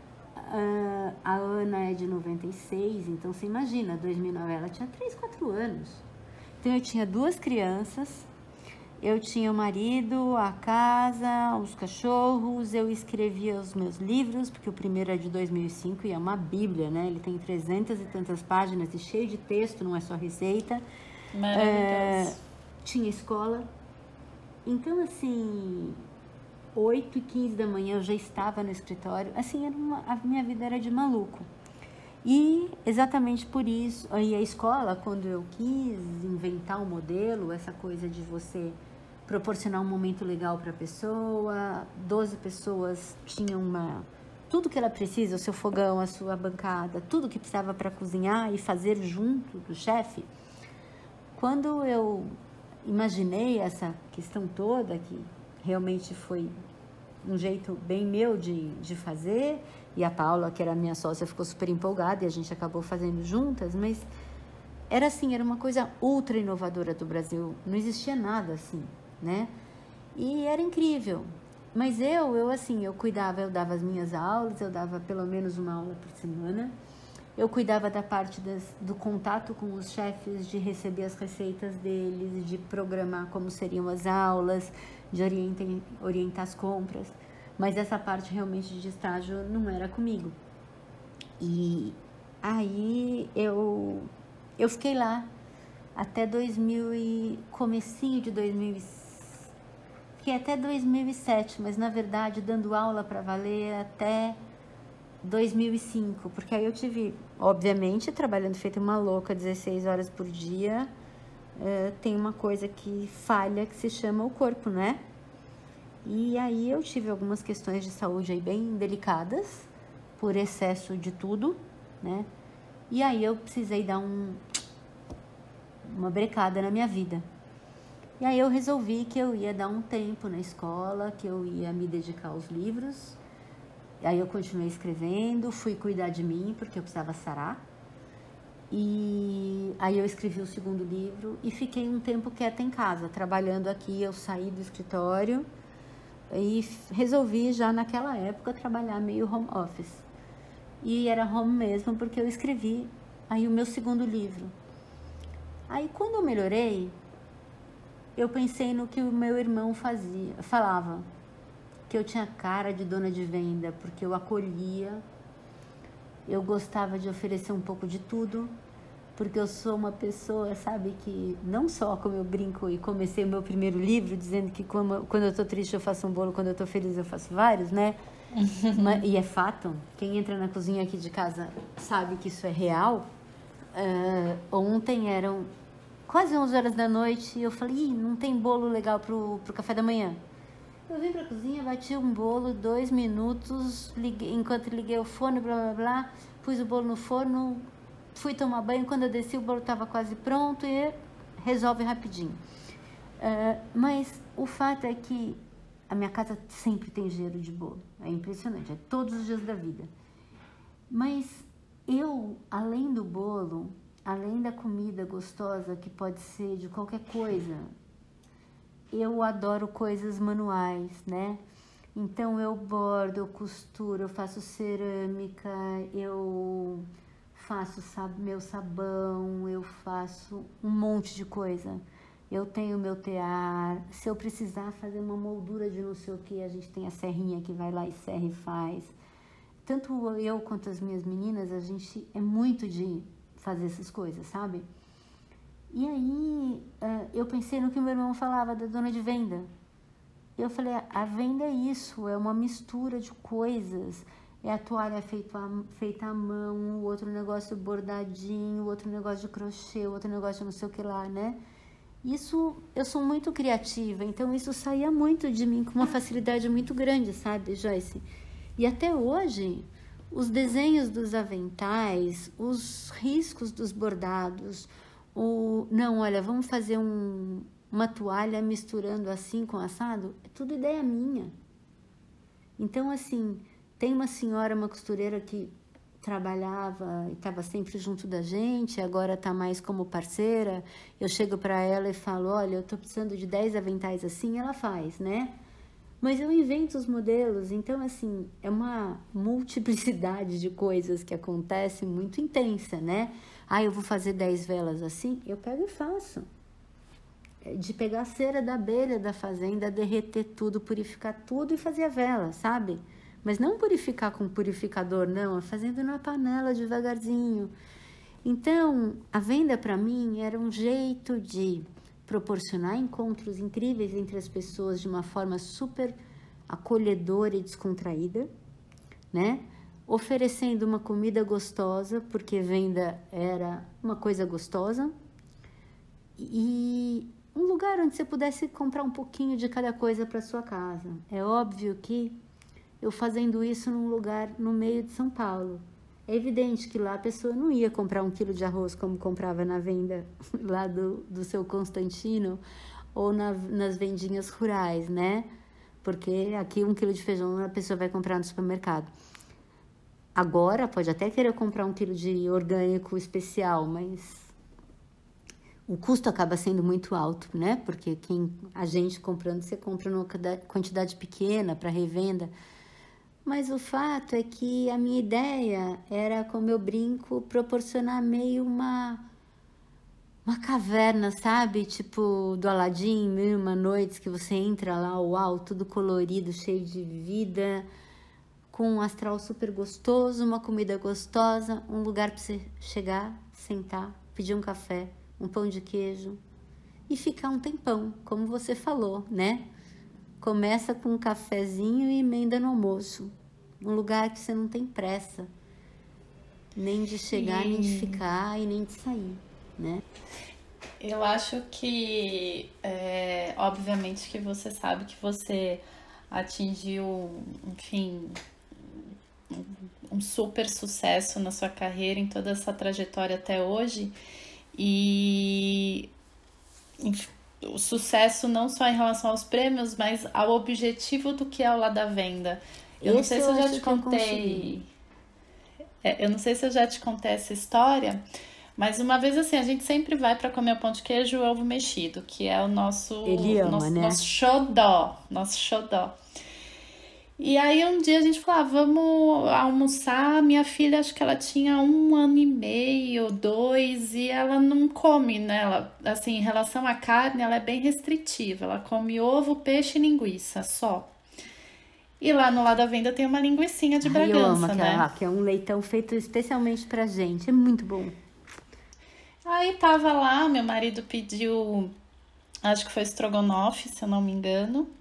A Ana é de 96, então você imagina, 2009 ela tinha 3, 4 anos. Então eu tinha duas crianças, eu tinha o marido, a casa, os cachorros, eu escrevia os meus livros, porque o primeiro é de 2005 e é uma bíblia, né? Ele tem 300 e tantas páginas e cheio de texto, não é só receita.
Maravilhoso.
Tinha escola. Então, assim, 8h15 da manhã eu já estava no escritório. Assim, a minha vida era de maluco. E exatamente por isso, aí a escola, quando eu quis inventar um modelo, essa coisa de você proporcionar um momento legal para a pessoa, 12 pessoas tinham tudo que ela precisa, o seu fogão, a sua bancada, tudo que precisava para cozinhar e fazer junto do chefe. Quando eu imaginei essa questão toda, que realmente foi um jeito bem meu de fazer, e a Paula, que era minha sócia, ficou super empolgada e a gente acabou fazendo juntas, mas era assim, era uma coisa ultra inovadora do Brasil, não existia nada assim, né? E era incrível. Mas eu cuidava, eu dava as minhas aulas, eu dava pelo menos uma aula por semana. Eu cuidava da parte do contato com os chefes, de receber as receitas deles, de programar como seriam as aulas, de orientar as compras. Mas essa parte realmente de estágio não era comigo. E aí eu fiquei lá até comecinho de 2006. Fiquei até 2007, mas na verdade dando aula para valer até 2005, porque aí eu tive, obviamente, trabalhando feita uma louca 16 horas por dia, tem uma coisa que falha que se chama o corpo, né? E aí eu tive algumas questões de saúde aí bem delicadas, por excesso de tudo, né? E aí eu precisei dar uma brecada na minha vida. E aí eu resolvi que eu ia dar um tempo na escola, que eu ia me dedicar aos livros. E aí eu continuei escrevendo, fui cuidar de mim, porque eu precisava sarar. E aí eu escrevi o segundo livro e fiquei um tempo quieta em casa, trabalhando aqui. Eu saí do escritório e resolvi já naquela época trabalhar meio home office. E era home mesmo, porque eu escrevi aí o meu segundo livro. Aí quando eu melhorei, eu pensei no que o meu irmão falava, que eu tinha cara de dona de venda, porque eu acolhia, eu gostava de oferecer um pouco de tudo, porque eu sou uma pessoa, sabe, que não só como eu brinco e comecei o meu primeiro livro dizendo que quando eu tô triste eu faço um bolo, quando eu tô feliz eu faço vários, né? E é fato, quem entra na cozinha aqui de casa sabe que isso é real. Ontem eram quase 11 horas da noite e eu falei, não tem bolo legal pro café da manhã. Eu vim pra cozinha, bati um bolo, 2 minutos, enquanto liguei o forno, blá blá blá, pus o bolo no forno, fui tomar banho, quando eu desci o bolo estava quase pronto e resolve rapidinho. Mas o fato é que a minha casa sempre tem cheiro de bolo. É impressionante, é todos os dias da vida. Mas eu, além do bolo, além da comida gostosa, que pode ser de qualquer coisa, eu adoro coisas manuais, né? Então eu bordo, eu costuro, eu faço cerâmica, eu faço meu sabão, eu faço um monte de coisa. Eu tenho meu tear, se eu precisar fazer uma moldura de não sei o que, a gente tem a serrinha que vai lá e serra e faz. Tanto eu quanto as minhas meninas, a gente é muito de fazer essas coisas, sabe? E aí eu pensei no que o meu irmão falava da dona de venda. Eu falei, a venda é isso, é uma mistura de coisas. É a toalha feita à mão, o outro negócio bordadinho, o outro negócio de crochê, o outro negócio de não sei o que lá, né? Isso, eu sou muito criativa, então isso saía muito de mim com uma facilidade muito grande, sabe, Joyce? E até hoje, os desenhos dos aventais, os riscos dos bordados, não, olha, vamos fazer uma toalha misturando assim com assado, é tudo ideia minha. Então, assim, tem uma senhora, uma costureira que trabalhava e estava sempre junto da gente, agora está mais como parceira. Eu chego para ela e falo, olha, eu estou precisando de 10 aventais assim, ela faz, né? Mas eu invento os modelos, então, assim, é uma multiplicidade de coisas que acontece muito intensa, né? Eu vou fazer 10 velas assim, eu pego e faço. De pegar a cera da abelha da fazenda, derreter tudo, purificar tudo e fazer a vela, sabe? Mas não purificar com purificador, não, é fazendo na panela devagarzinho. Então, a venda para mim era um jeito de proporcionar encontros incríveis entre as pessoas de uma forma super acolhedora e descontraída, né? Oferecendo uma comida gostosa, porque venda era uma coisa gostosa, e um lugar onde você pudesse comprar um pouquinho de cada coisa para sua casa. É óbvio que eu fazendo isso num lugar no meio de São Paulo, é evidente que lá a pessoa não ia comprar 1 quilo de arroz como comprava na venda lá do seu Constantino ou nas vendinhas rurais, né? Porque aqui 1 quilo de feijão a pessoa vai comprar no supermercado. Agora pode até querer comprar 1 quilo de orgânico especial, mas o custo acaba sendo muito alto, né? Porque a gente comprando, você compra numa quantidade pequena para revenda. Mas o fato é que a minha ideia era, como eu brinco, proporcionar meio uma caverna, sabe? Tipo do Aladim, 1001 Noites, que você entra lá, uau, tudo colorido, cheio de vida, com um astral super gostoso, uma comida gostosa, um lugar para você chegar, sentar, pedir um café, um pão de queijo e ficar um tempão, como você falou, né? Começa com um cafezinho e emenda no almoço. Um lugar que você não tem pressa, nem de chegar, nem de ficar e nem de sair, né?
Eu acho que, obviamente que você sabe que você atingiu, enfim, um super sucesso na sua carreira, em toda essa trajetória até hoje. E o sucesso não só em relação aos prêmios, mas ao objetivo do que é o Lá da Venda. Eu não sei se eu já te contei. Eu não sei se eu já te contei essa história, mas uma vez assim, a gente sempre vai para comer o pão de queijo e o ovo mexido, que é o nosso,
Ele ama, né?
nosso xodó. E aí um dia a gente falou, vamos almoçar. Minha filha, acho que ela tinha 1 ano e meio, 2, e ela não come, né? Ela, assim, em relação à carne, ela é bem restritiva. Ela come ovo, peixe e linguiça, só. E lá no Lá da Venda tem uma linguicinha de Bragança,
eu amo
né?
Lá, que é um leitão feito especialmente pra gente. É muito bom.
Aí tava lá, meu marido pediu, acho que foi estrogonofe, se eu não me engano.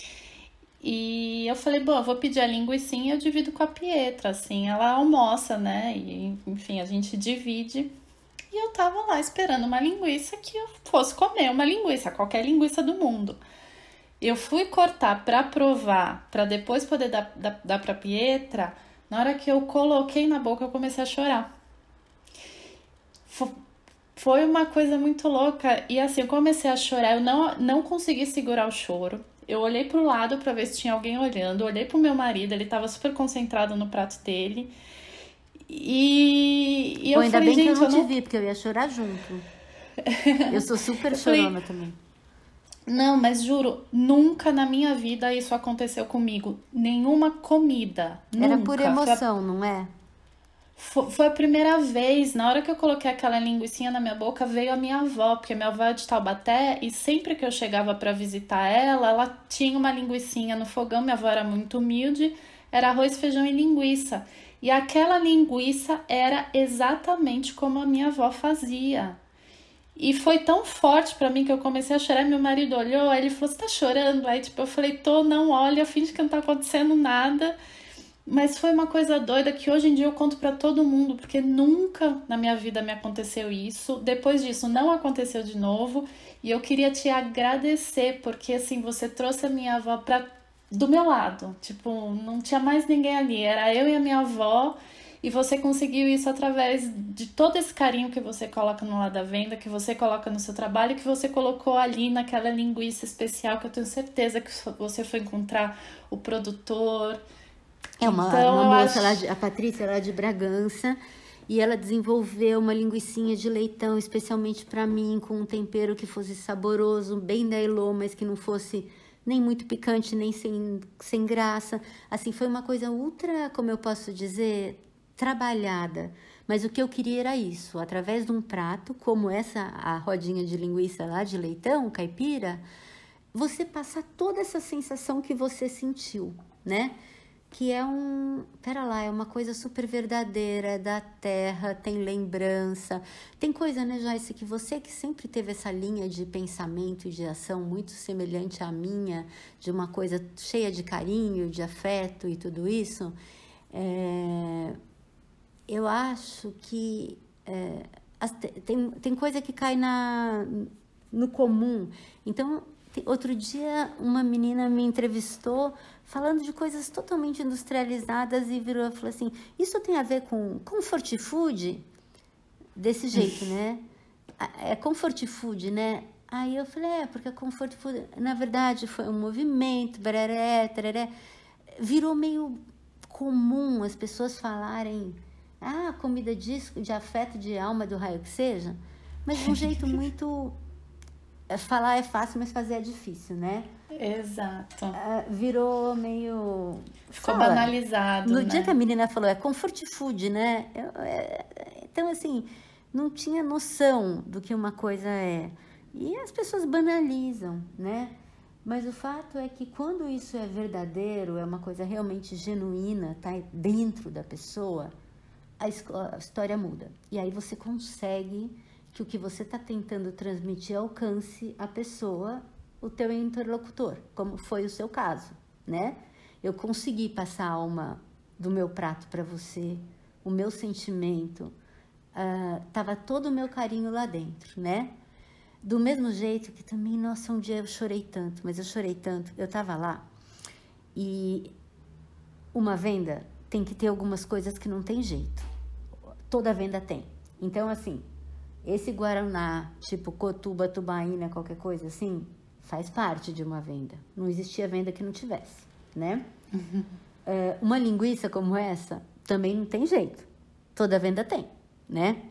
E eu falei, bom, eu vou pedir a linguicinha e eu divido com a Pietra, assim, ela almoça, né? E, enfim, a gente divide. E eu tava lá esperando uma linguiça que eu fosse comer uma linguiça, qualquer linguiça do mundo. Eu fui cortar pra provar, pra depois poder dar pra Pietra. Na hora que eu coloquei na boca, eu comecei a chorar. Foi uma coisa muito louca. E assim, eu comecei a chorar, eu não consegui segurar o choro. Eu olhei pro lado pra ver se tinha alguém olhando. Eu olhei pro meu marido, ele tava super concentrado no prato dele. E
Pô,
eu
ainda
falei,
bem que eu
gente,
não
eu
te
não.
vi, porque eu ia chorar junto. Eu sou super
Eu
chorona
falei,
também.
não, mas juro, nunca na minha vida isso aconteceu comigo. Nenhuma comida.
Era por
Nunca.
emoção, não é?
Foi a primeira vez, na hora que eu coloquei aquela linguicinha na minha boca, veio a minha avó, porque minha avó é de Taubaté e sempre que eu chegava para visitar ela, ela tinha uma linguicinha no fogão. Minha avó era muito humilde, era arroz, feijão e linguiça. E aquela linguiça era exatamente como a minha avó fazia. E foi tão forte pra mim que eu comecei a chorar. Meu marido olhou, aí ele falou: Você tá chorando? Aí, tipo, eu falei: Tô, não, olha, finge que não tá acontecendo nada. Mas foi uma coisa doida que hoje em dia eu conto pra todo mundo, porque nunca na minha vida me aconteceu isso. Depois disso, não aconteceu de novo. E eu queria te agradecer, porque assim, você trouxe a minha avó do meu lado. Tipo, não tinha mais ninguém ali, era eu e a minha avó. E você conseguiu isso através de todo esse carinho que você coloca no lado da venda, que você coloca no seu trabalho, que você colocou ali naquela linguiça especial, que eu tenho certeza que você foi encontrar o produtor.
É uma
Então, eu
moça lá,
acho.
a Patrícia lá de Bragança, e ela desenvolveu uma linguicinha de leitão especialmente para mim, com um tempero que fosse saboroso, bem da Elô, mas que não fosse nem muito picante, nem sem graça. Assim, foi uma coisa ultra, como eu posso dizer, trabalhada. Mas o que eu queria era isso, através de um prato, como a rodinha de linguiça lá de leitão, caipira, você passa toda essa sensação que você sentiu, né? Que é pera lá, é uma coisa super verdadeira, é da terra, tem lembrança. Tem coisa, né, Joyce, que você que sempre teve essa linha de pensamento e de ação muito semelhante à minha, de uma coisa cheia de carinho, de afeto e tudo isso, eu acho que tem coisa que cai no comum. Então, outro dia, uma menina me entrevistou falando de coisas totalmente industrializadas e virou e falou assim, isso tem a ver com comfort food? Desse jeito, né? É comfort food, né? Aí eu falei, porque a comfort food, na verdade, foi um movimento, bararé, tararé, virou meio comum as pessoas falarem, comida de afeto, de alma, do raio que seja, mas de um jeito muito... Falar é fácil, mas fazer é difícil, né?
Exato.
Virou meio...
Ficou banalizado,
No dia que a
né?
menina falou, é comfort food, né? Então, assim, não tinha noção do que uma coisa é. E as pessoas banalizam, né? Mas o fato é que quando isso é verdadeiro, é uma coisa realmente genuína, tá dentro da pessoa, a história muda. E aí você consegue que o que você está tentando transmitir alcance a pessoa, o teu interlocutor, como foi o seu caso, né? Eu consegui passar a alma do meu prato para você, o meu sentimento, tava todo o meu carinho lá dentro, né? Do mesmo jeito que também, nossa, um dia eu chorei tanto, mas eu chorei tanto, eu tava lá e uma venda tem que ter algumas coisas que não tem jeito, toda venda tem. Então, assim, esse guaraná, tipo cotuba, tubaína, qualquer coisa assim, faz parte de uma venda. Não existia venda que não tivesse, né? Uma linguiça como essa, também não tem jeito. Toda venda tem, né?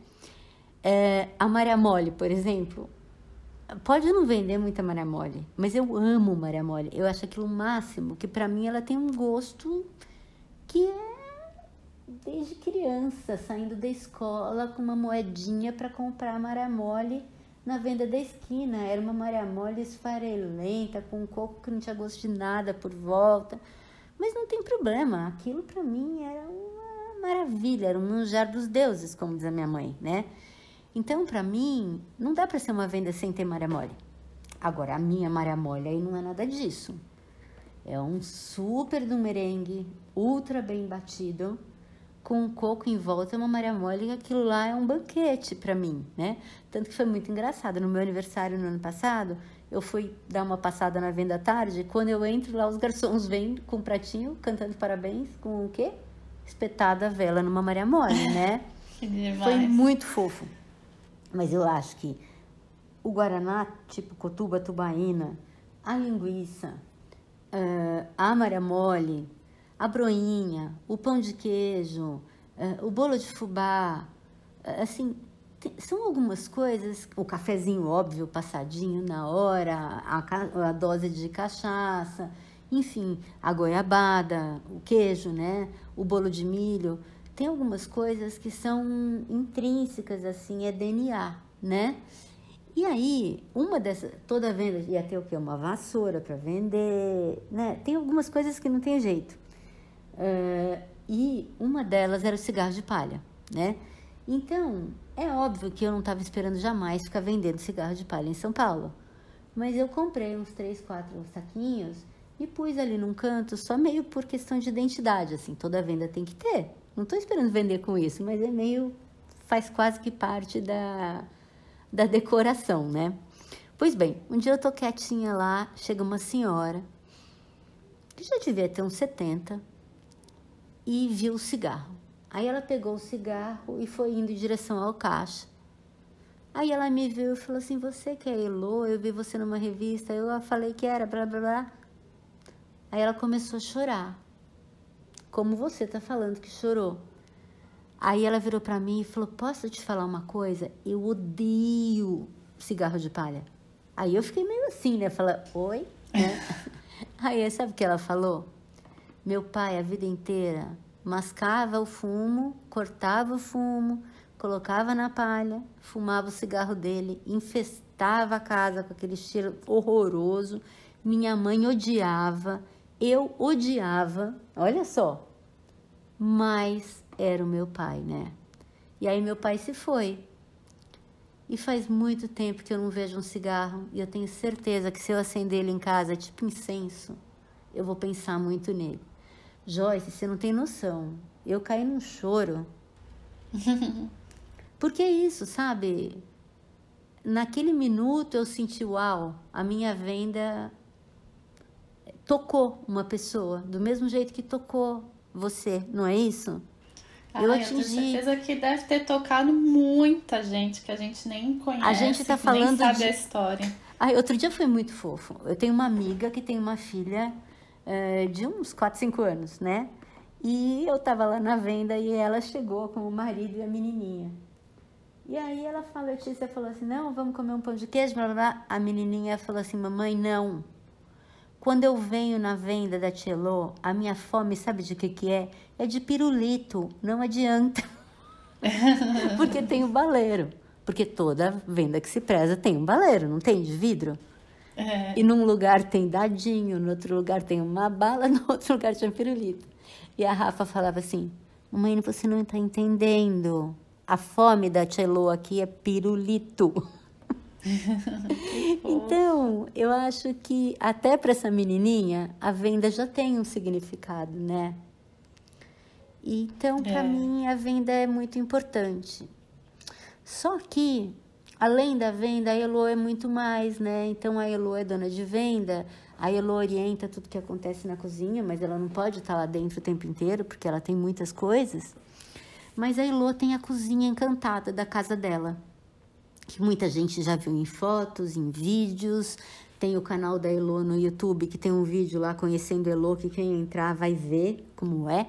A Maria Mole, por exemplo, pode não vender muita Maria Mole, mas eu amo Maria Mole. Eu acho aquilo o máximo, que pra mim ela tem um gosto que é desde criança, saindo da escola com uma moedinha para comprar Maria Mole na venda da esquina. Era uma Maria Mole esfarelenta, com um coco que não tinha gosto de nada por volta. Mas não tem problema, aquilo para mim era uma maravilha, era um manjar dos deuses, como diz a minha mãe, né? Então, para mim, não dá para ser uma venda sem ter Maria Mole. Agora, a minha Maria Mole aí não é nada disso. É um super do merengue, ultra bem batido, com um coco em volta, uma Maria Mole, e aquilo lá é um banquete para mim, né? Tanto que foi muito engraçado. No meu aniversário, no ano passado, eu fui dar uma passada na venda à tarde, quando eu entro lá, os garçons vêm com um pratinho, cantando parabéns, com o quê? Espetada a vela numa Maria Mole, né?
Que demais.
Foi muito fofo. Mas eu acho que o guaraná, tipo cotuba tubaína, a linguiça, a amarela mole, a broinha, o pão de queijo, o bolo de fubá, assim, são algumas coisas, o cafezinho óbvio, passadinho na hora, a dose de cachaça, enfim, a goiabada, o queijo, né? O bolo de milho, tem algumas coisas que são intrínsecas, assim, é DNA, né? E aí, uma dessas, toda venda ia ter o quê? Uma vassoura para vender, né? Tem algumas coisas que não tem jeito. E uma delas era o cigarro de palha, né? Então, é óbvio que eu não estava esperando jamais ficar vendendo cigarro de palha em São Paulo. Mas eu comprei uns 3, 4 saquinhos e pus ali num canto, só meio por questão de identidade, assim, toda venda tem que ter. Não estou esperando vender com isso, mas é meio, faz quase que parte da decoração, né? Pois bem, um dia eu tô quietinha lá, chega uma senhora, que já devia ter uns 70, e viu o cigarro. Aí ela pegou o cigarro e foi indo em direção ao caixa. Aí ela me viu e falou assim, você que é Elô? Eu vi você numa revista, eu falei que era, blá, blá, blá. Aí ela começou a chorar, como você tá falando que chorou. Aí ela virou para mim e falou, posso te falar uma coisa? Eu odeio cigarro de palha. Aí eu fiquei meio assim, né? Falei, oi? Né? Aí sabe o que ela falou? Meu pai, a vida inteira, mascava o fumo, cortava o fumo, colocava na palha, fumava o cigarro dele, infestava a casa com aquele cheiro horroroso. Minha mãe odiava, eu odiava, olha só. Mas era o meu pai, né? E aí meu pai se foi. E faz muito tempo que eu não vejo um cigarro. E eu tenho certeza que se eu acender ele em casa, tipo incenso, eu vou pensar muito nele. Joyce, você não tem noção. Eu caí num choro. Porque é isso, sabe? Naquele minuto eu senti, uau, a minha venda tocou uma pessoa. Do mesmo jeito que tocou você, não é isso?
Eu tenho certeza que deve ter tocado muita gente que a gente nem conhece,
a gente tá falando
nem sabe a história.
Outro dia foi muito fofo. Eu tenho uma amiga que tem uma filha de uns 4, 5 anos, né? E eu tava lá na venda e ela chegou com o marido e a menininha. E aí ela falou, a Letícia falou assim, não, vamos comer um pão de queijo, blá, blá, blá. A menininha falou assim, mamãe, não. Quando eu venho na venda da Tia Elô, a minha fome, sabe de que é? É de pirulito, não adianta. Porque tem o baleiro. Porque toda venda que se preza tem um baleiro, não tem de vidro? É. E num lugar tem dadinho, no outro lugar tem uma bala, no outro lugar tem um pirulito. E a Rafa falava assim, mamãe, você não está entendendo. A fome da Tia Elô aqui é pirulito. Então, eu acho que até para essa menininha a venda já tem um significado, né? Então, para mim, a venda é muito importante. Só que, além da venda, a Elô é muito mais, né? Então, a Elô é dona de venda, a Elô orienta tudo que acontece na cozinha, mas ela não pode estar lá dentro o tempo inteiro, porque ela tem muitas coisas. Mas a Elô tem a cozinha encantada da casa dela, que muita gente já viu em fotos, em vídeos. Tem o canal da Elô no YouTube, que tem um vídeo lá conhecendo a Elô, que quem entrar vai ver como é.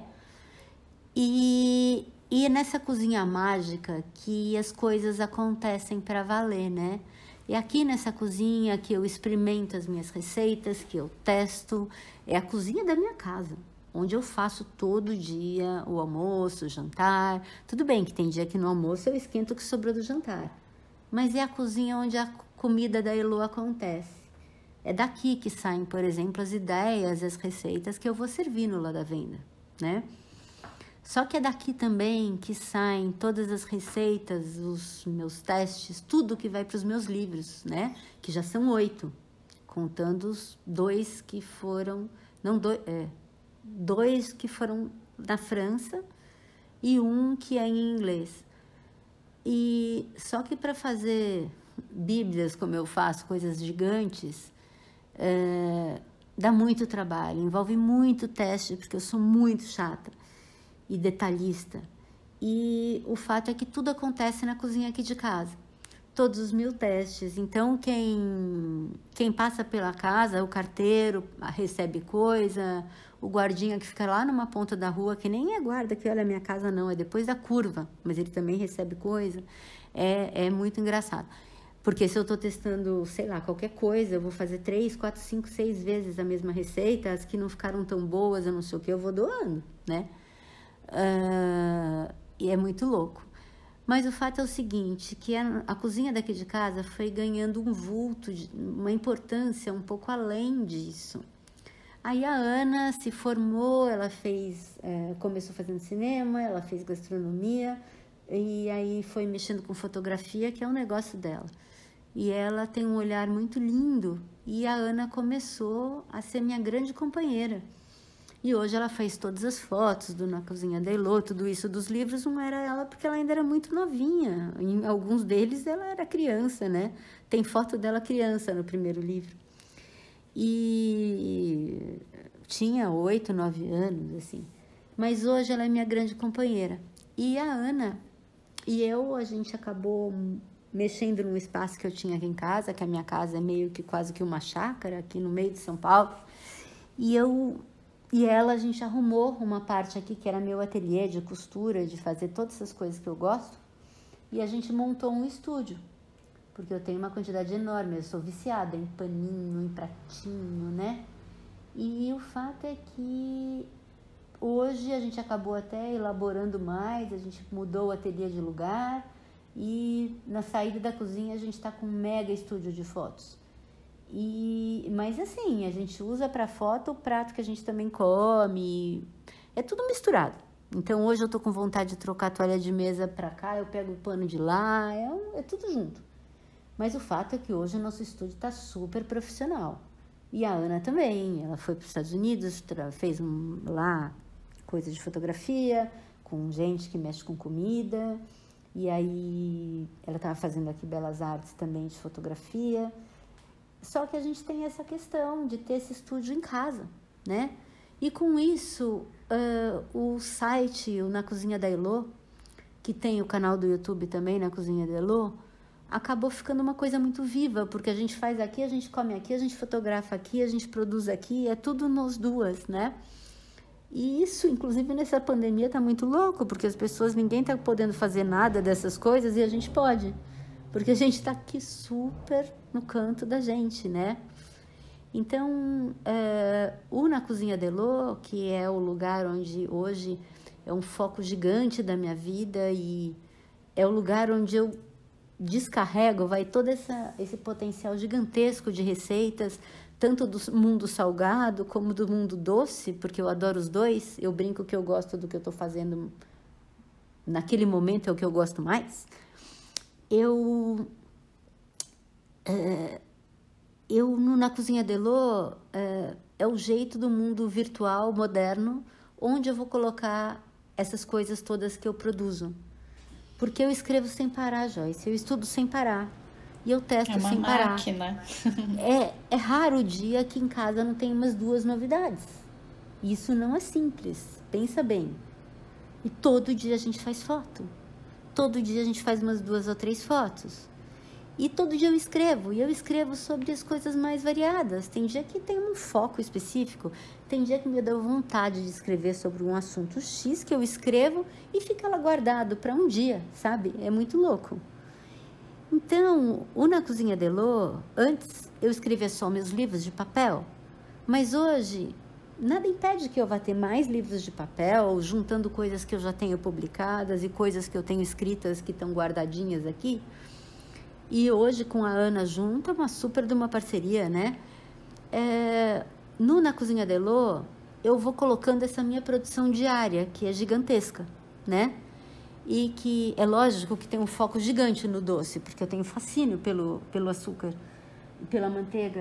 E é nessa cozinha mágica que as coisas acontecem para valer, né? E aqui nessa cozinha que eu experimento as minhas receitas, que eu testo, é a cozinha da minha casa, onde eu faço todo dia o almoço, o jantar. Tudo bem que tem dia que no almoço eu esquento o que sobrou do jantar, mas é a cozinha onde a comida da Elô acontece. É daqui que saem, por exemplo, as ideias, as receitas que eu vou servir no Lá da Venda, né? Só que é daqui também que saem todas as receitas, os meus testes, tudo que vai para os meus livros, né? Que já são 8, contando os 2 que foram... Não, 2 que foram na França e 1 que é em inglês. E só que para fazer bíblias, como eu faço, coisas gigantes, dá muito trabalho, envolve muito teste, porque eu sou muito chata e detalhista. E o fato é que tudo acontece na cozinha aqui de casa. todos os 1000 testes. Então, quem passa pela casa, o carteiro recebe coisa, o guardinha que fica lá numa ponta da rua, que nem é guarda que olha a minha casa, não, é depois da curva, mas ele também recebe coisa. É muito engraçado. Porque se eu estou testando, sei lá, qualquer coisa, eu vou fazer 3, 4, 5, 6 vezes a mesma receita, as que não ficaram tão boas, eu não sei o que, eu vou doando, né? E é muito louco. Mas o fato é o seguinte, que a cozinha daqui de casa foi ganhando um vulto, uma importância um pouco além disso. Aí a Ana se formou, ela começou fazendo cinema, ela fez gastronomia, e aí foi mexendo com fotografia, que é um negócio dela. E ela tem um olhar muito lindo, e a Ana começou a ser minha grande companheira. E hoje ela fez todas as fotos Na Cozinha da Elô, tudo isso dos livros, não era ela porque ela ainda era muito novinha. Em alguns deles ela era criança, né? Tem foto dela criança no primeiro livro. E tinha 8, 9 anos, assim. Mas hoje ela é minha grande companheira. E a Ana e eu, a gente acabou mexendo num espaço que eu tinha aqui em casa, que a minha casa é meio que quase que uma chácara, aqui no meio de São Paulo. E ela, a gente arrumou uma parte aqui que era meu ateliê de costura, de fazer todas essas coisas que eu gosto. E a gente montou um estúdio, porque eu tenho uma quantidade enorme, eu sou viciada em paninho, em pratinho, né? E o fato é que hoje a gente acabou até elaborando mais, a gente mudou o ateliê de lugar e na saída da cozinha a gente está com um mega estúdio de fotos. Mas assim, a gente usa para foto o prato que a gente também come, é tudo misturado. Então hoje eu tô com vontade de trocar a toalha de mesa para cá, eu pego o pano de lá, é tudo junto. Mas o fato é que hoje o nosso estúdio está super profissional. E a Ana também, ela foi para os Estados Unidos, fez lá coisa de fotografia, com gente que mexe com comida. E aí ela estava fazendo aqui Belas Artes também de fotografia. Só que a gente tem essa questão de ter esse estúdio em casa, né? E com isso, o site, o Na Cozinha da Elô, que tem o canal do YouTube também, Na Cozinha da Elô, acabou ficando uma coisa muito viva, porque a gente faz aqui, a gente come aqui, a gente fotografa aqui, a gente produz aqui, é tudo nós duas, né? E isso, inclusive, nessa pandemia tá muito louco, porque as pessoas, ninguém tá podendo fazer nada dessas coisas e a gente pode, porque a gente tá aqui super no canto da gente, né? Então, o Na Cozinha da Elô, que é o lugar onde hoje é um foco gigante da minha vida e é o lugar onde eu descarrego, vai todo esse potencial gigantesco de receitas, tanto do mundo salgado como do mundo doce, porque eu adoro os dois. Eu brinco que eu gosto do que eu estou fazendo naquele momento, é o que eu gosto mais. Na Cozinha da Elô, é o jeito do mundo virtual, moderno, onde eu vou colocar essas coisas todas que eu produzo. Porque eu escrevo sem parar, Joyce, eu estudo sem parar. E eu testo sem parar.
É uma máquina.
É raro o dia que em casa não tem umas 2 novidades. Isso não é simples, pensa bem. E todo dia a gente faz foto. Todo dia a gente faz umas 2 ou 3 fotos. E todo dia eu escrevo, e eu escrevo sobre as coisas mais variadas. Tem dia que tem um foco específico, tem dia que me dá vontade de escrever sobre um assunto X que eu escrevo e fica lá guardado para um dia, sabe? É muito louco. Então, o Na Cozinha da Elô, antes eu escrevia só meus livros de papel, mas hoje nada impede que eu vá ter mais livros de papel, juntando coisas que eu já tenho publicadas e coisas que eu tenho escritas que estão guardadinhas aqui. E hoje, com a Ana junto, é uma super de uma parceria, né? Na Cozinha da Elô, eu vou colocando essa minha produção diária, que é gigantesca, né? E que é lógico que tem um foco gigante no doce, porque eu tenho fascínio pelo açúcar e pela manteiga.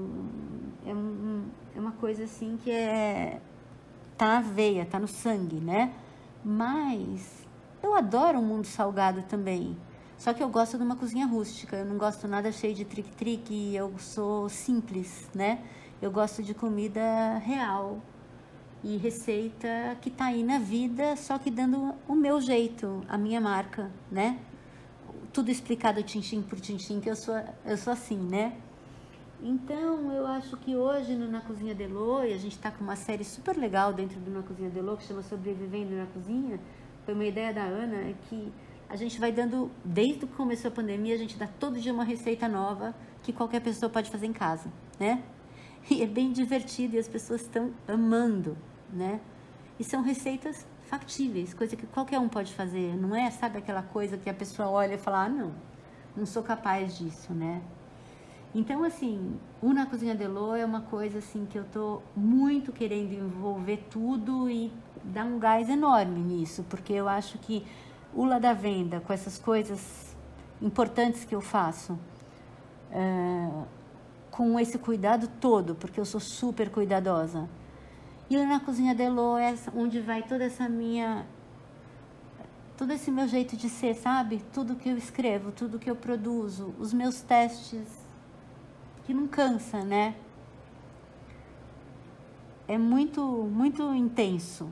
É uma coisa assim que tá na veia, tá no sangue, né? Mas eu adoro o mundo salgado também. Só que eu gosto de uma cozinha rústica, eu não gosto nada cheio de trique-trique, eu sou simples, né? Eu gosto de comida real e receita que tá aí na vida, só que dando o meu jeito, a minha marca, né? tudo explicado tintim por tintim, que eu sou assim, né? Então, eu acho que hoje no Na Cozinha de Elô, e a gente está com uma série super legal dentro do Na Cozinha de Elô, que chama Sobrevivendo na Cozinha, foi uma ideia da Ana, é que a gente vai dando, desde que começou a pandemia, a gente dá todo dia uma receita nova que qualquer pessoa pode fazer em casa, né? E é bem divertido e as pessoas estão amando, né? E são receitas factíveis, coisa que qualquer um pode fazer, não é, sabe, aquela coisa que a pessoa olha e fala, ah, não sou capaz disso, né? Então, assim, o Na Cozinha de Elô é uma coisa, assim, que eu tô muito querendo envolver tudo e dar um gás enorme nisso, porque eu acho que o Lá da Venda, com essas coisas importantes que eu faço, com esse cuidado todo, porque eu sou super cuidadosa, e o Na Cozinha de Elô é onde vai toda essa minha... todo esse meu jeito de ser, sabe? Tudo que eu escrevo, tudo que eu produzo, os meus testes, que não cansa, né? É muito, muito intenso.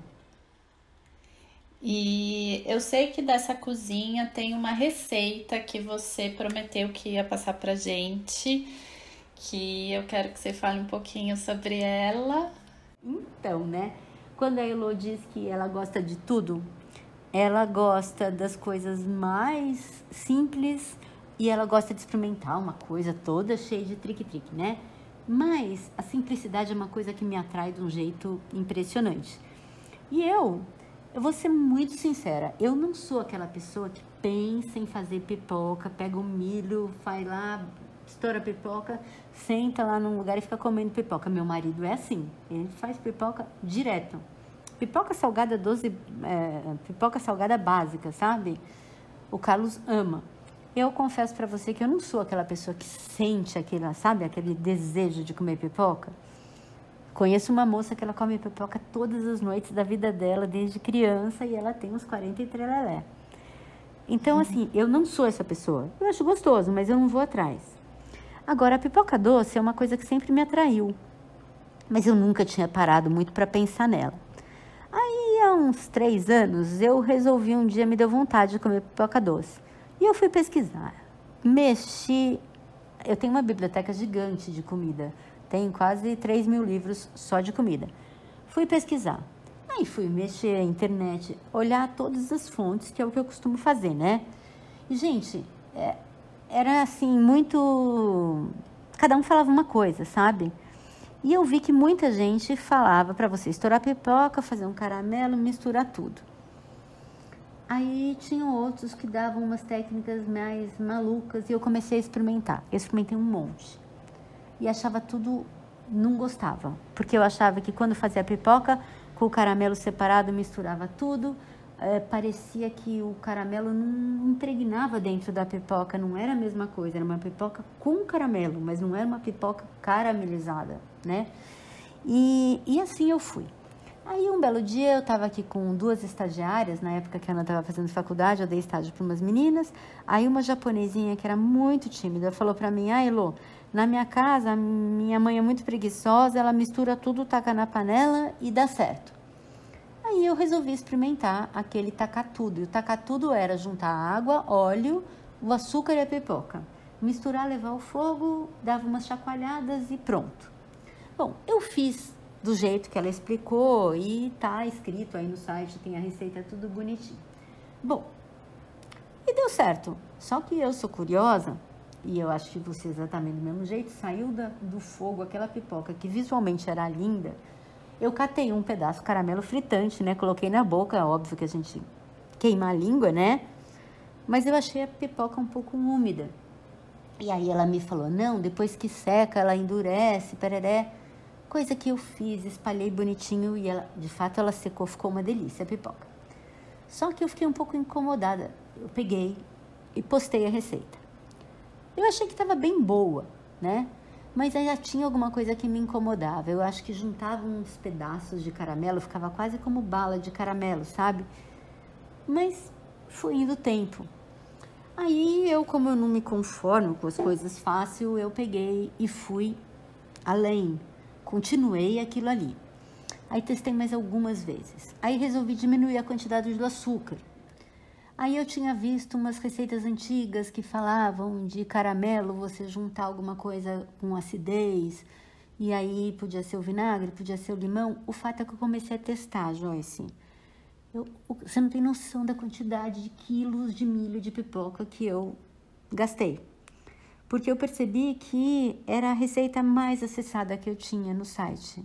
E eu sei que dessa cozinha tem uma receita que você prometeu que ia passar pra gente, que eu quero que você fale um pouquinho sobre ela.
Então, né? Quando a Elô diz que ela gosta de tudo, ela gosta das coisas mais simples e ela gosta de experimentar uma coisa toda cheia de trique-trique, né? Mas a simplicidade é uma coisa que me atrai de um jeito impressionante. E eu vou ser muito sincera, eu não sou aquela pessoa que pensa em fazer pipoca, pega o milho, vai lá, estoura a pipoca, senta lá num lugar e fica comendo pipoca. Meu marido é assim, ele faz pipoca direto. Pipoca salgada doce, pipoca salgada básica, sabe? O Carlos ama. Eu confesso pra você que eu não sou aquela pessoa que sente aquela, sabe, aquele desejo de comer pipoca. Conheço uma moça que ela come pipoca todas as noites da vida dela, desde criança, e ela tem uns 43 lelé. Então, assim, eu não sou essa pessoa. Eu acho gostoso, mas eu não vou atrás. Agora, a pipoca doce é uma coisa que sempre me atraiu, mas eu nunca tinha parado muito para pensar nela. Aí, há uns 3 anos, eu resolvi um dia, me deu vontade de comer pipoca doce. E eu fui pesquisar. Mexi... Eu tenho uma biblioteca gigante de comida. Tem quase 3.000 livros só de comida. Fui pesquisar. Aí fui mexer na internet, olhar todas as fontes, que é o que eu costumo fazer, né? E, gente, era assim, muito... Cada um falava uma coisa, sabe? E eu vi que muita gente falava para você estourar pipoca, fazer um caramelo, misturar tudo. Aí tinham outros que davam umas técnicas mais malucas e eu comecei a experimentar. Eu experimentei um monte. E achava tudo... não gostava. Porque eu achava que quando fazia pipoca, com o caramelo separado, misturava tudo. Parecia que o caramelo não impregnava dentro da pipoca. Não era a mesma coisa. Era uma pipoca com caramelo, mas não era uma pipoca caramelizada, né? E assim eu fui. Aí um belo dia eu estava aqui com 2 estagiárias, na época que a Ana estava fazendo faculdade, eu dei estágio para umas meninas. Aí uma japonesinha que era muito tímida falou para mim, Elô, na minha casa, minha mãe é muito preguiçosa, ela mistura tudo, taca na panela e dá certo. Aí eu resolvi experimentar aquele tacar tudo. E o tacar tudo era juntar água, óleo, o açúcar e a pipoca. Misturar, levar ao fogo, dava umas chacoalhadas e pronto. Bom, eu fiz do jeito que ela explicou e tá escrito aí no site, tem a receita tudo bonitinho. Bom, e deu certo. Só que eu sou curiosa, e eu acho que você exatamente do mesmo jeito, saiu do fogo aquela pipoca que visualmente era linda. Eu catei um pedaço de caramelo fritante, né? Coloquei na boca, óbvio que a gente queima a língua, né? Mas eu achei a pipoca um pouco úmida. E aí ela me falou, não, depois que seca, ela endurece, pereré. Coisa que eu fiz, espalhei bonitinho e ela, de fato ela secou, ficou uma delícia a pipoca. Só que eu fiquei um pouco incomodada. Eu peguei e postei a receita. Eu achei que estava bem boa, né? Mas aí já tinha alguma coisa que me incomodava. Eu acho que juntava uns pedaços de caramelo, ficava quase como bala de caramelo, sabe? Mas foi indo o tempo. Aí eu, como eu não me conformo com as coisas fácil, eu peguei e fui além. Continuei aquilo ali. Aí testei mais algumas vezes. Aí resolvi diminuir a quantidade do açúcar. Aí eu tinha visto umas receitas antigas que falavam de caramelo, você juntar alguma coisa com acidez, e aí podia ser o vinagre, podia ser o limão. O fato é que eu comecei a testar, Joyce. Você não tem noção da quantidade de quilos de milho de pipoca que eu gastei. Porque eu percebi que era a receita mais acessada que eu tinha no site.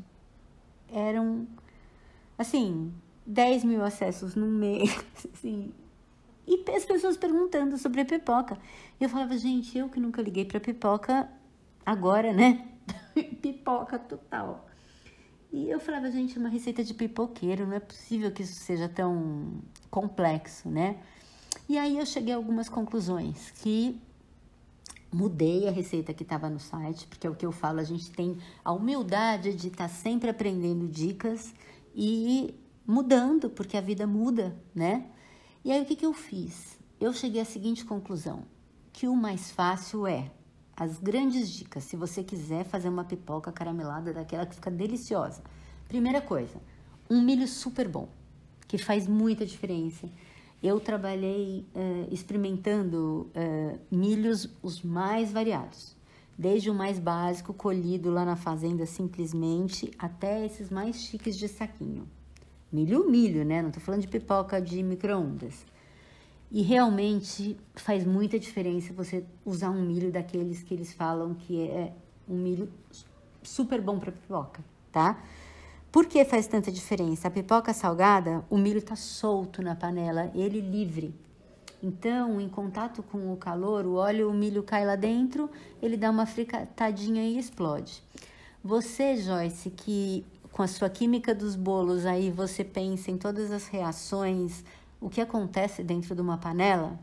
Eram, assim, 10 mil acessos no mês, assim. E as pessoas perguntando sobre a pipoca. E eu falava, gente, eu que nunca liguei pra pipoca, agora, né? Pipoca total. E eu falava, gente, é uma receita de pipoqueiro, não é possível que isso seja tão complexo, né? E aí eu cheguei a algumas conclusões, que mudei a receita que estava no site, porque é o que eu falo, a gente tem a humildade de estar sempre aprendendo dicas e mudando, porque a vida muda, né? E aí o que eu fiz? Eu cheguei à seguinte conclusão, que o mais fácil é as grandes dicas, se você quiser fazer uma pipoca caramelada daquela que fica deliciosa. Primeira coisa, um milho super bom, que faz muita diferença. Eu trabalhei experimentando milhos os mais variados, desde o mais básico, colhido lá na fazenda simplesmente, até esses mais chiques de saquinho. Milho, né? Não tô falando de pipoca de micro-ondas. E realmente faz muita diferença você usar um milho daqueles que eles falam que é um milho super bom para pipoca, tá? Por que faz tanta diferença? A pipoca salgada, o milho tá solto na panela, ele livre. Então, em contato com o calor, o milho cai lá dentro, ele dá uma fritadinha e explode. Você, Joyce, que com a sua química dos bolos aí você pensa em todas as reações, o que acontece dentro de uma panela,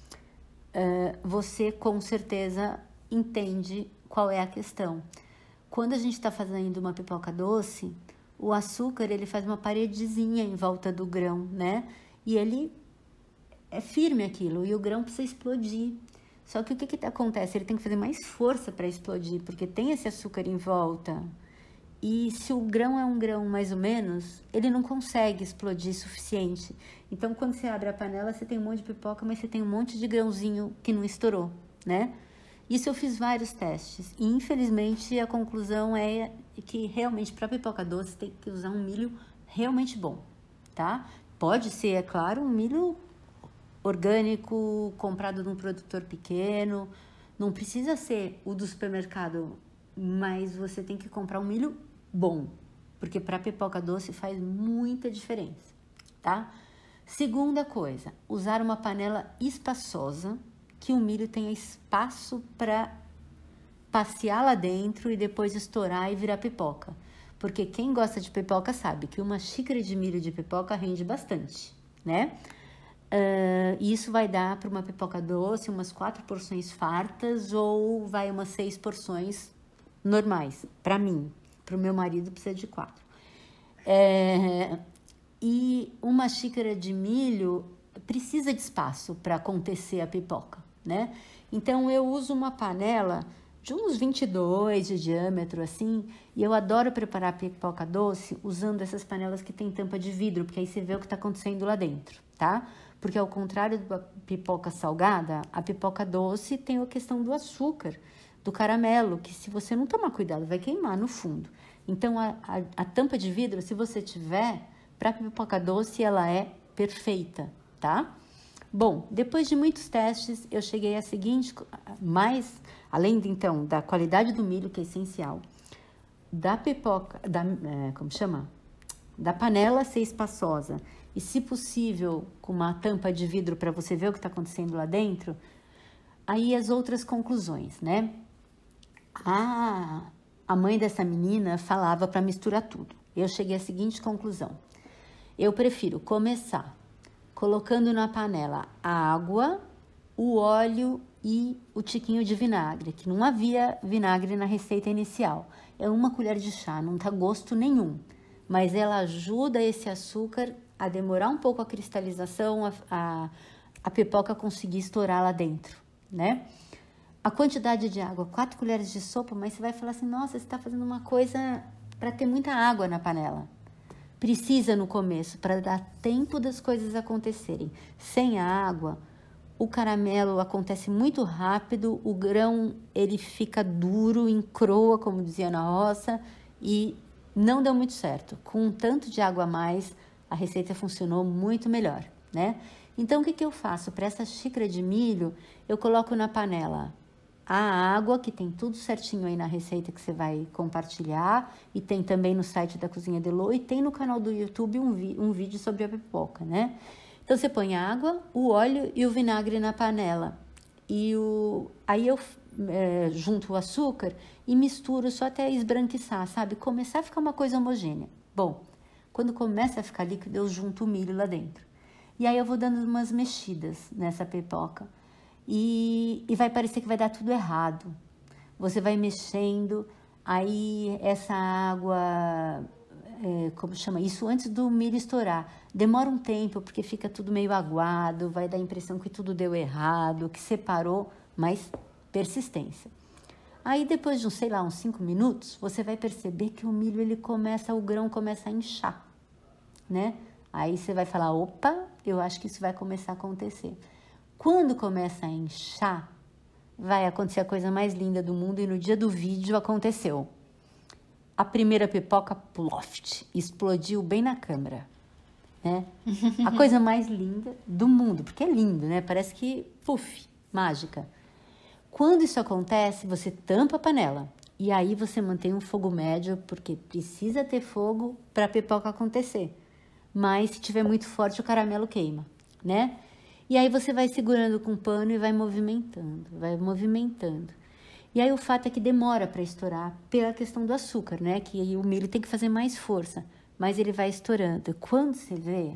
você com certeza entende qual é a questão. Quando a gente está fazendo uma pipoca doce, o açúcar ele faz uma paredezinha em volta do grão, né? E ele é firme aquilo, e o grão precisa explodir. Só que o que acontece? Ele tem que fazer mais força para explodir, porque tem esse açúcar em volta. E se o grão é um grão mais ou menos, ele não consegue explodir suficiente. Então, quando você abre a panela, você tem um monte de pipoca, mas você tem um monte de grãozinho que não estourou, né? Isso eu fiz vários testes. E, infelizmente, a conclusão é que, realmente, para pipoca doce, tem que usar um milho realmente bom, tá? Pode ser, é claro, um milho orgânico, comprado de um produtor pequeno. Não precisa ser o do supermercado, mas você tem que comprar um milho bom, porque para pipoca doce faz muita diferença, tá? Segunda coisa, usar uma panela espaçosa, que o milho tenha espaço para passear lá dentro e depois estourar e virar pipoca. Porque quem gosta de pipoca sabe que uma xícara de milho de pipoca rende bastante, né? E isso vai dar para uma pipoca doce umas 4 porções fartas ou vai umas 6 porções normais, para mim. Para o meu marido precisa de 4. E uma xícara de milho precisa de espaço para acontecer a pipoca, né? Então, eu uso uma panela de uns 22 de diâmetro, assim, e eu adoro preparar pipoca doce usando essas panelas que tem tampa de vidro, porque aí você vê o que está acontecendo lá dentro, tá? Porque ao contrário da pipoca salgada, a pipoca doce tem a questão do açúcar, do caramelo, que se você não tomar cuidado, vai queimar no fundo. Então, a tampa de vidro, se você tiver, para pipoca doce, ela é perfeita, tá? Bom, depois de muitos testes, eu cheguei à seguinte, além, então, da qualidade do milho, que é essencial, da pipoca, da panela ser espaçosa e, se possível, com uma tampa de vidro para você ver o que está acontecendo lá dentro, aí as outras conclusões, né? A mãe dessa menina falava para misturar tudo. Eu cheguei à seguinte conclusão. Eu prefiro começar colocando na panela a água, o óleo e o tiquinho de vinagre, que não havia vinagre na receita inicial. É uma colher de chá, não tá gosto nenhum. Mas ela ajuda esse açúcar a demorar um pouco a cristalização, a pipoca conseguir estourar lá dentro, né? A quantidade de água, 4 colheres de sopa, mas você vai falar assim, nossa, você está fazendo uma coisa para ter muita água na panela. Precisa no começo, para dar tempo das coisas acontecerem. Sem a água, o caramelo acontece muito rápido, o grão ele fica duro, encroa, como dizia na roça, e não deu muito certo. Com um tanto de água a mais, a receita funcionou muito melhor, né? Então, o que eu faço? Para essa xícara de milho, eu coloco na panela a água, que tem tudo certinho aí na receita que você vai compartilhar, e tem também no site da Cozinha de Elô, e tem no canal do YouTube um vídeo sobre a pipoca, né? Então, você põe a água, o óleo e o vinagre na panela. Aí eu junto o açúcar e misturo só até esbranquiçar, sabe? Começar a ficar uma coisa homogênea. Bom, quando começa a ficar líquido, eu junto o milho lá dentro. E aí eu vou dando umas mexidas nessa pipoca. E vai parecer que vai dar tudo errado. Você vai mexendo, aí essa água, como chama? Isso antes do milho estourar. Demora um tempo, porque fica tudo meio aguado, vai dar a impressão que tudo deu errado, que separou, mas persistência. Aí depois de, uns 5 minutos, você vai perceber que o milho, o grão começa a inchar, né? Aí você vai falar, opa, eu acho que isso vai começar a acontecer. Quando começa a inchar, vai acontecer a coisa mais linda do mundo, e no dia do vídeo aconteceu. A primeira pipoca, ploft, explodiu bem na câmera, né? A coisa mais linda do mundo, porque é lindo, né? Parece que, puf, mágica. Quando isso acontece, você tampa a panela, e aí você mantém um fogo médio, porque precisa ter fogo para a pipoca acontecer. Mas se tiver muito forte, o caramelo queima, né? E aí você vai segurando com o pano e vai movimentando, vai movimentando. E aí o fato é que demora para estourar pela questão do açúcar, né? Que aí o milho tem que fazer mais força, mas ele vai estourando. Quando você vê,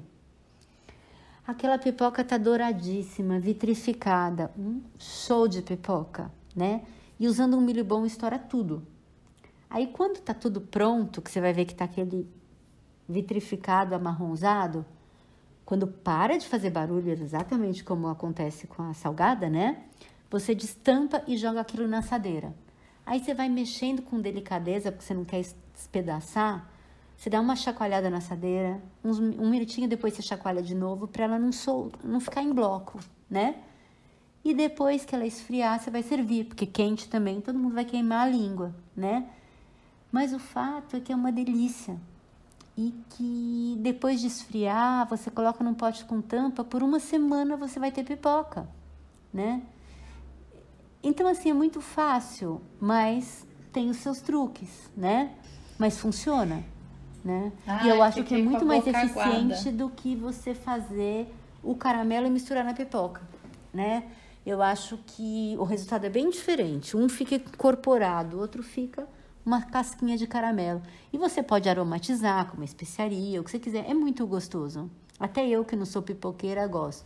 aquela pipoca tá douradíssima, vitrificada, um show de pipoca, né? E usando um milho bom estoura tudo. Aí quando tá tudo pronto, que você vai ver que tá aquele vitrificado, amarronzado, quando para de fazer barulho, exatamente como acontece com a salgada, né? Você destampa e joga aquilo na assadeira. Aí você vai mexendo com delicadeza, porque você não quer despedaçar. Você dá uma chacoalhada na assadeira, um minutinho depois você chacoalha de novo, para ela não ficar em bloco, né? E depois que ela esfriar, você vai servir, porque quente também, todo mundo vai queimar a língua, né? Mas o fato é que é uma delícia. E que depois de esfriar, você coloca num pote com tampa, por 1 semana você vai ter pipoca, né? Então, assim, é muito fácil, mas tem os seus truques, né? Mas funciona, né? E eu acho que é muito mais eficiente do que você fazer o caramelo e misturar na pipoca, né? Eu acho que o resultado é bem diferente. Um fica incorporado, o outro fica uma casquinha de caramelo. E você pode aromatizar com uma especiaria, o que você quiser. É muito gostoso. Até eu, que não sou pipoqueira, gosto.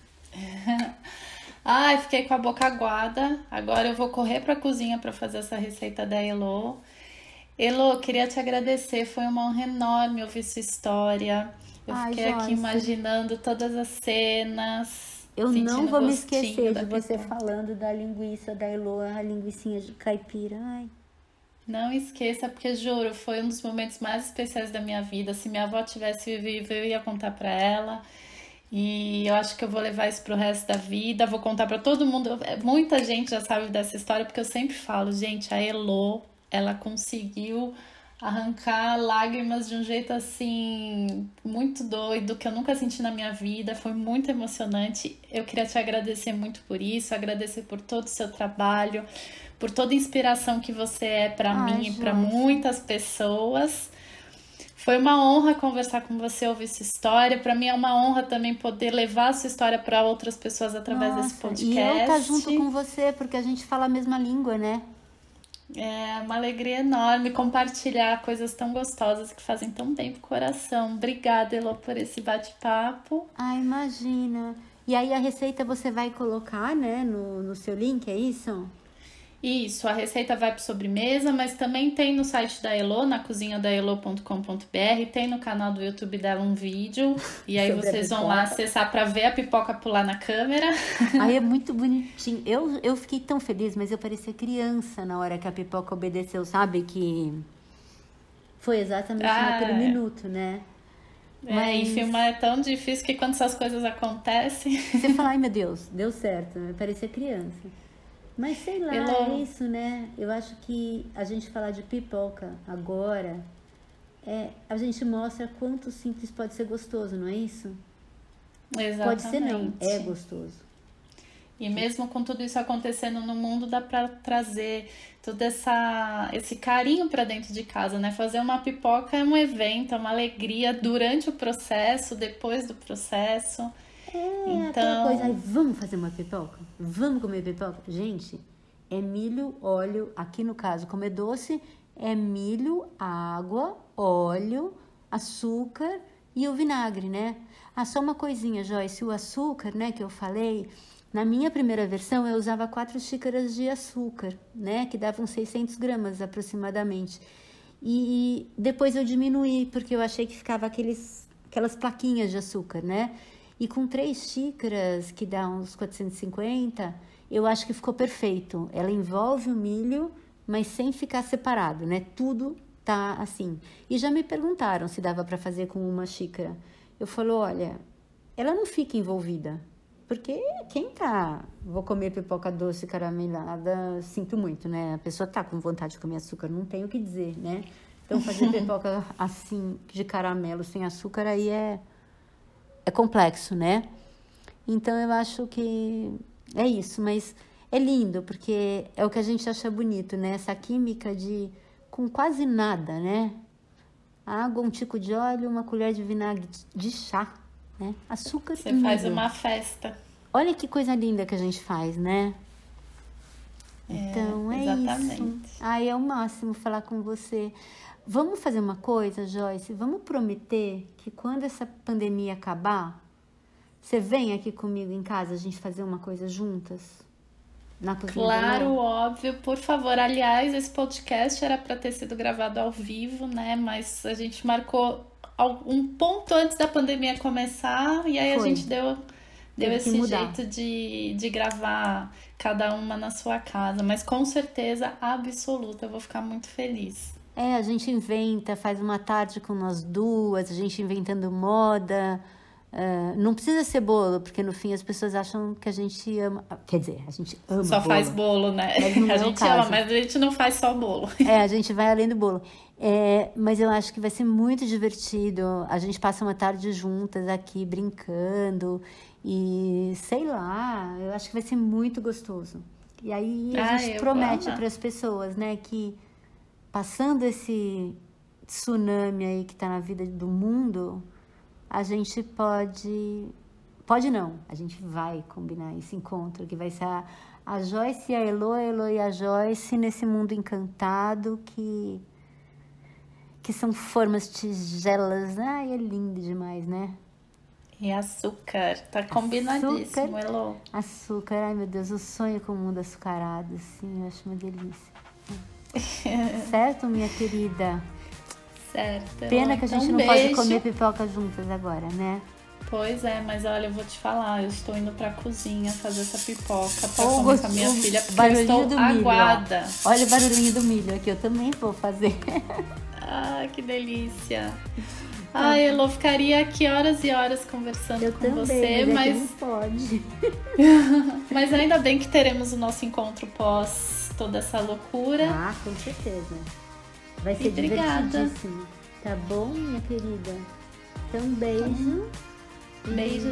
Ai, fiquei com a boca aguada. Agora eu vou correr para a cozinha para fazer essa receita da Elô. Elô, queria te agradecer. Foi uma honra enorme ouvir sua história. Eu fiquei aqui imaginando todas as cenas.
Eu não vou me esquecer de você falando da linguiça da Elô, a linguicinha de caipira. Ai.
Não esqueça, porque juro, foi um dos momentos mais especiais da minha vida. Se minha avó tivesse vivo, eu ia contar para ela. E eu acho que eu vou levar isso pro resto da vida. Vou contar para todo mundo. Muita gente já sabe dessa história, porque eu sempre falo, gente, a Elô, ela conseguiu arrancar lágrimas de um jeito assim muito doido, que eu nunca senti na minha vida. Foi muito emocionante. Eu queria te agradecer muito por isso, agradecer por todo o seu trabalho, por toda a inspiração que você é para mim e para muitas pessoas. Foi uma honra conversar com você, ouvir sua história. Para mim é uma honra também poder levar a sua história para outras pessoas através desse podcast.
E eu estar junto com você, porque a gente fala a mesma língua, né?
É uma alegria enorme compartilhar coisas tão gostosas que fazem tão bem pro coração. Obrigada, Elô, por esse bate-papo.
Ah, imagina. E aí a receita você vai colocar, né, no seu link, é isso?
Isso, a receita vai para sobremesa, mas também tem no site da Elô, na cozinhadaelô.com.br, tem no canal do YouTube dela um vídeo, e aí vocês vão lá acessar para ver a pipoca pular na câmera.
Aí é muito bonitinho. Eu fiquei tão feliz, mas eu parecia criança na hora que a pipoca obedeceu, sabe? Que foi exatamente naquele minuto, né?
E filmar é tão difícil que quando essas coisas acontecem...
Você fala, ai meu Deus, deu certo, né? Parecia criança. Mas sei lá, é isso, né? Eu acho que a gente falar de pipoca agora, a gente mostra quanto simples pode ser gostoso, não é isso?
Exatamente.
Pode ser não, é gostoso.
E mesmo com tudo isso acontecendo no mundo, dá para trazer todo esse carinho para dentro de casa, né? Fazer uma pipoca é um evento, é uma alegria durante o processo, depois do processo.
Então... aquela coisa, aí, vamos fazer uma pipoca? Vamos comer pipoca? Gente, é milho, óleo, aqui no caso, como é doce, é milho, água, óleo, açúcar e o vinagre, né? Só uma coisinha, Joyce, o açúcar, né, que eu falei... Na minha primeira versão, eu usava 4 xícaras de açúcar, né? Que davam 600 gramas aproximadamente. E depois eu diminuí, porque eu achei que ficava aquelas plaquinhas de açúcar, né? E com 3 xícaras, que dá uns 450, eu acho que ficou perfeito. Ela envolve o milho, mas sem ficar separado, né? Tudo tá assim. E já me perguntaram se dava para fazer com 1 xícara. Eu falo, olha, ela não fica envolvida. Porque vou comer pipoca doce caramelada, sinto muito, né? A pessoa tá com vontade de comer açúcar, não tem o que dizer, né? Então, fazer pipoca assim, de caramelo, sem açúcar, aí é complexo, né? Então, eu acho que é isso, mas é lindo, porque é o que a gente acha bonito, né? Essa química com quase nada, né? Água, um tico de óleo, uma colher de vinagre de chá. Né? Açúcar
Você faz uma festa.
Olha que coisa linda que a gente faz, né? Então,
exatamente.
Isso. É o máximo falar com você. Vamos fazer uma coisa, Joyce? Vamos prometer que quando essa pandemia acabar, você vem aqui comigo em casa, a gente fazer uma coisa juntas? Na cozinha?
Claro, óbvio, por favor. Aliás, esse podcast era para ter sido gravado ao vivo, né? Mas a gente marcou um ponto antes da pandemia começar e aí a gente deu esse jeito de gravar cada uma na sua casa, mas com certeza absoluta eu vou ficar muito feliz.
A gente inventa, faz uma tarde com nós duas, a gente inventando moda. Não precisa ser bolo, porque no fim as pessoas acham que a gente ama. Quer dizer, a gente ama
só
bolo.
Faz bolo, né? A gente ama, mas a gente não faz só bolo.
A gente vai além do bolo. Mas eu acho que vai ser muito divertido. A gente passa uma tarde juntas aqui, brincando. E sei lá, eu acho que vai ser muito gostoso. E aí a gente promete para as pessoas, né, que passando esse tsunami aí que tá na vida do mundo, a gente pode não, a gente vai combinar esse encontro, que vai ser a Joyce e a Elo e a Joyce nesse mundo encantado que são formas tigelas. É lindo demais, né?
E açúcar, tá combinadíssimo, Elo.
Açúcar, ai meu Deus, o sonho com o mundo açucarado, assim, eu acho uma delícia. Certo, minha querida?
Certo.
Pena que a gente não pode comer pipoca juntas agora, né?
Pois é, mas olha, eu vou te falar, eu estou indo pra cozinha fazer essa pipoca pra comer com a minha filha, porque eu estou aguada.
Milho, olha o barulhinho do milho aqui, eu também vou fazer.
Que delícia. Elo, ficaria aqui horas e horas conversando com você, mas
não pode.
Mas ainda bem que teremos o nosso encontro pós toda essa loucura.
Com certeza. Vai ser divertidíssimo. Tá bom, minha querida? Então, beijo.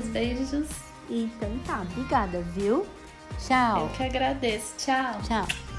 Beijos.
Então tá, obrigada, viu? Tchau.
Eu que agradeço. Tchau.
Tchau.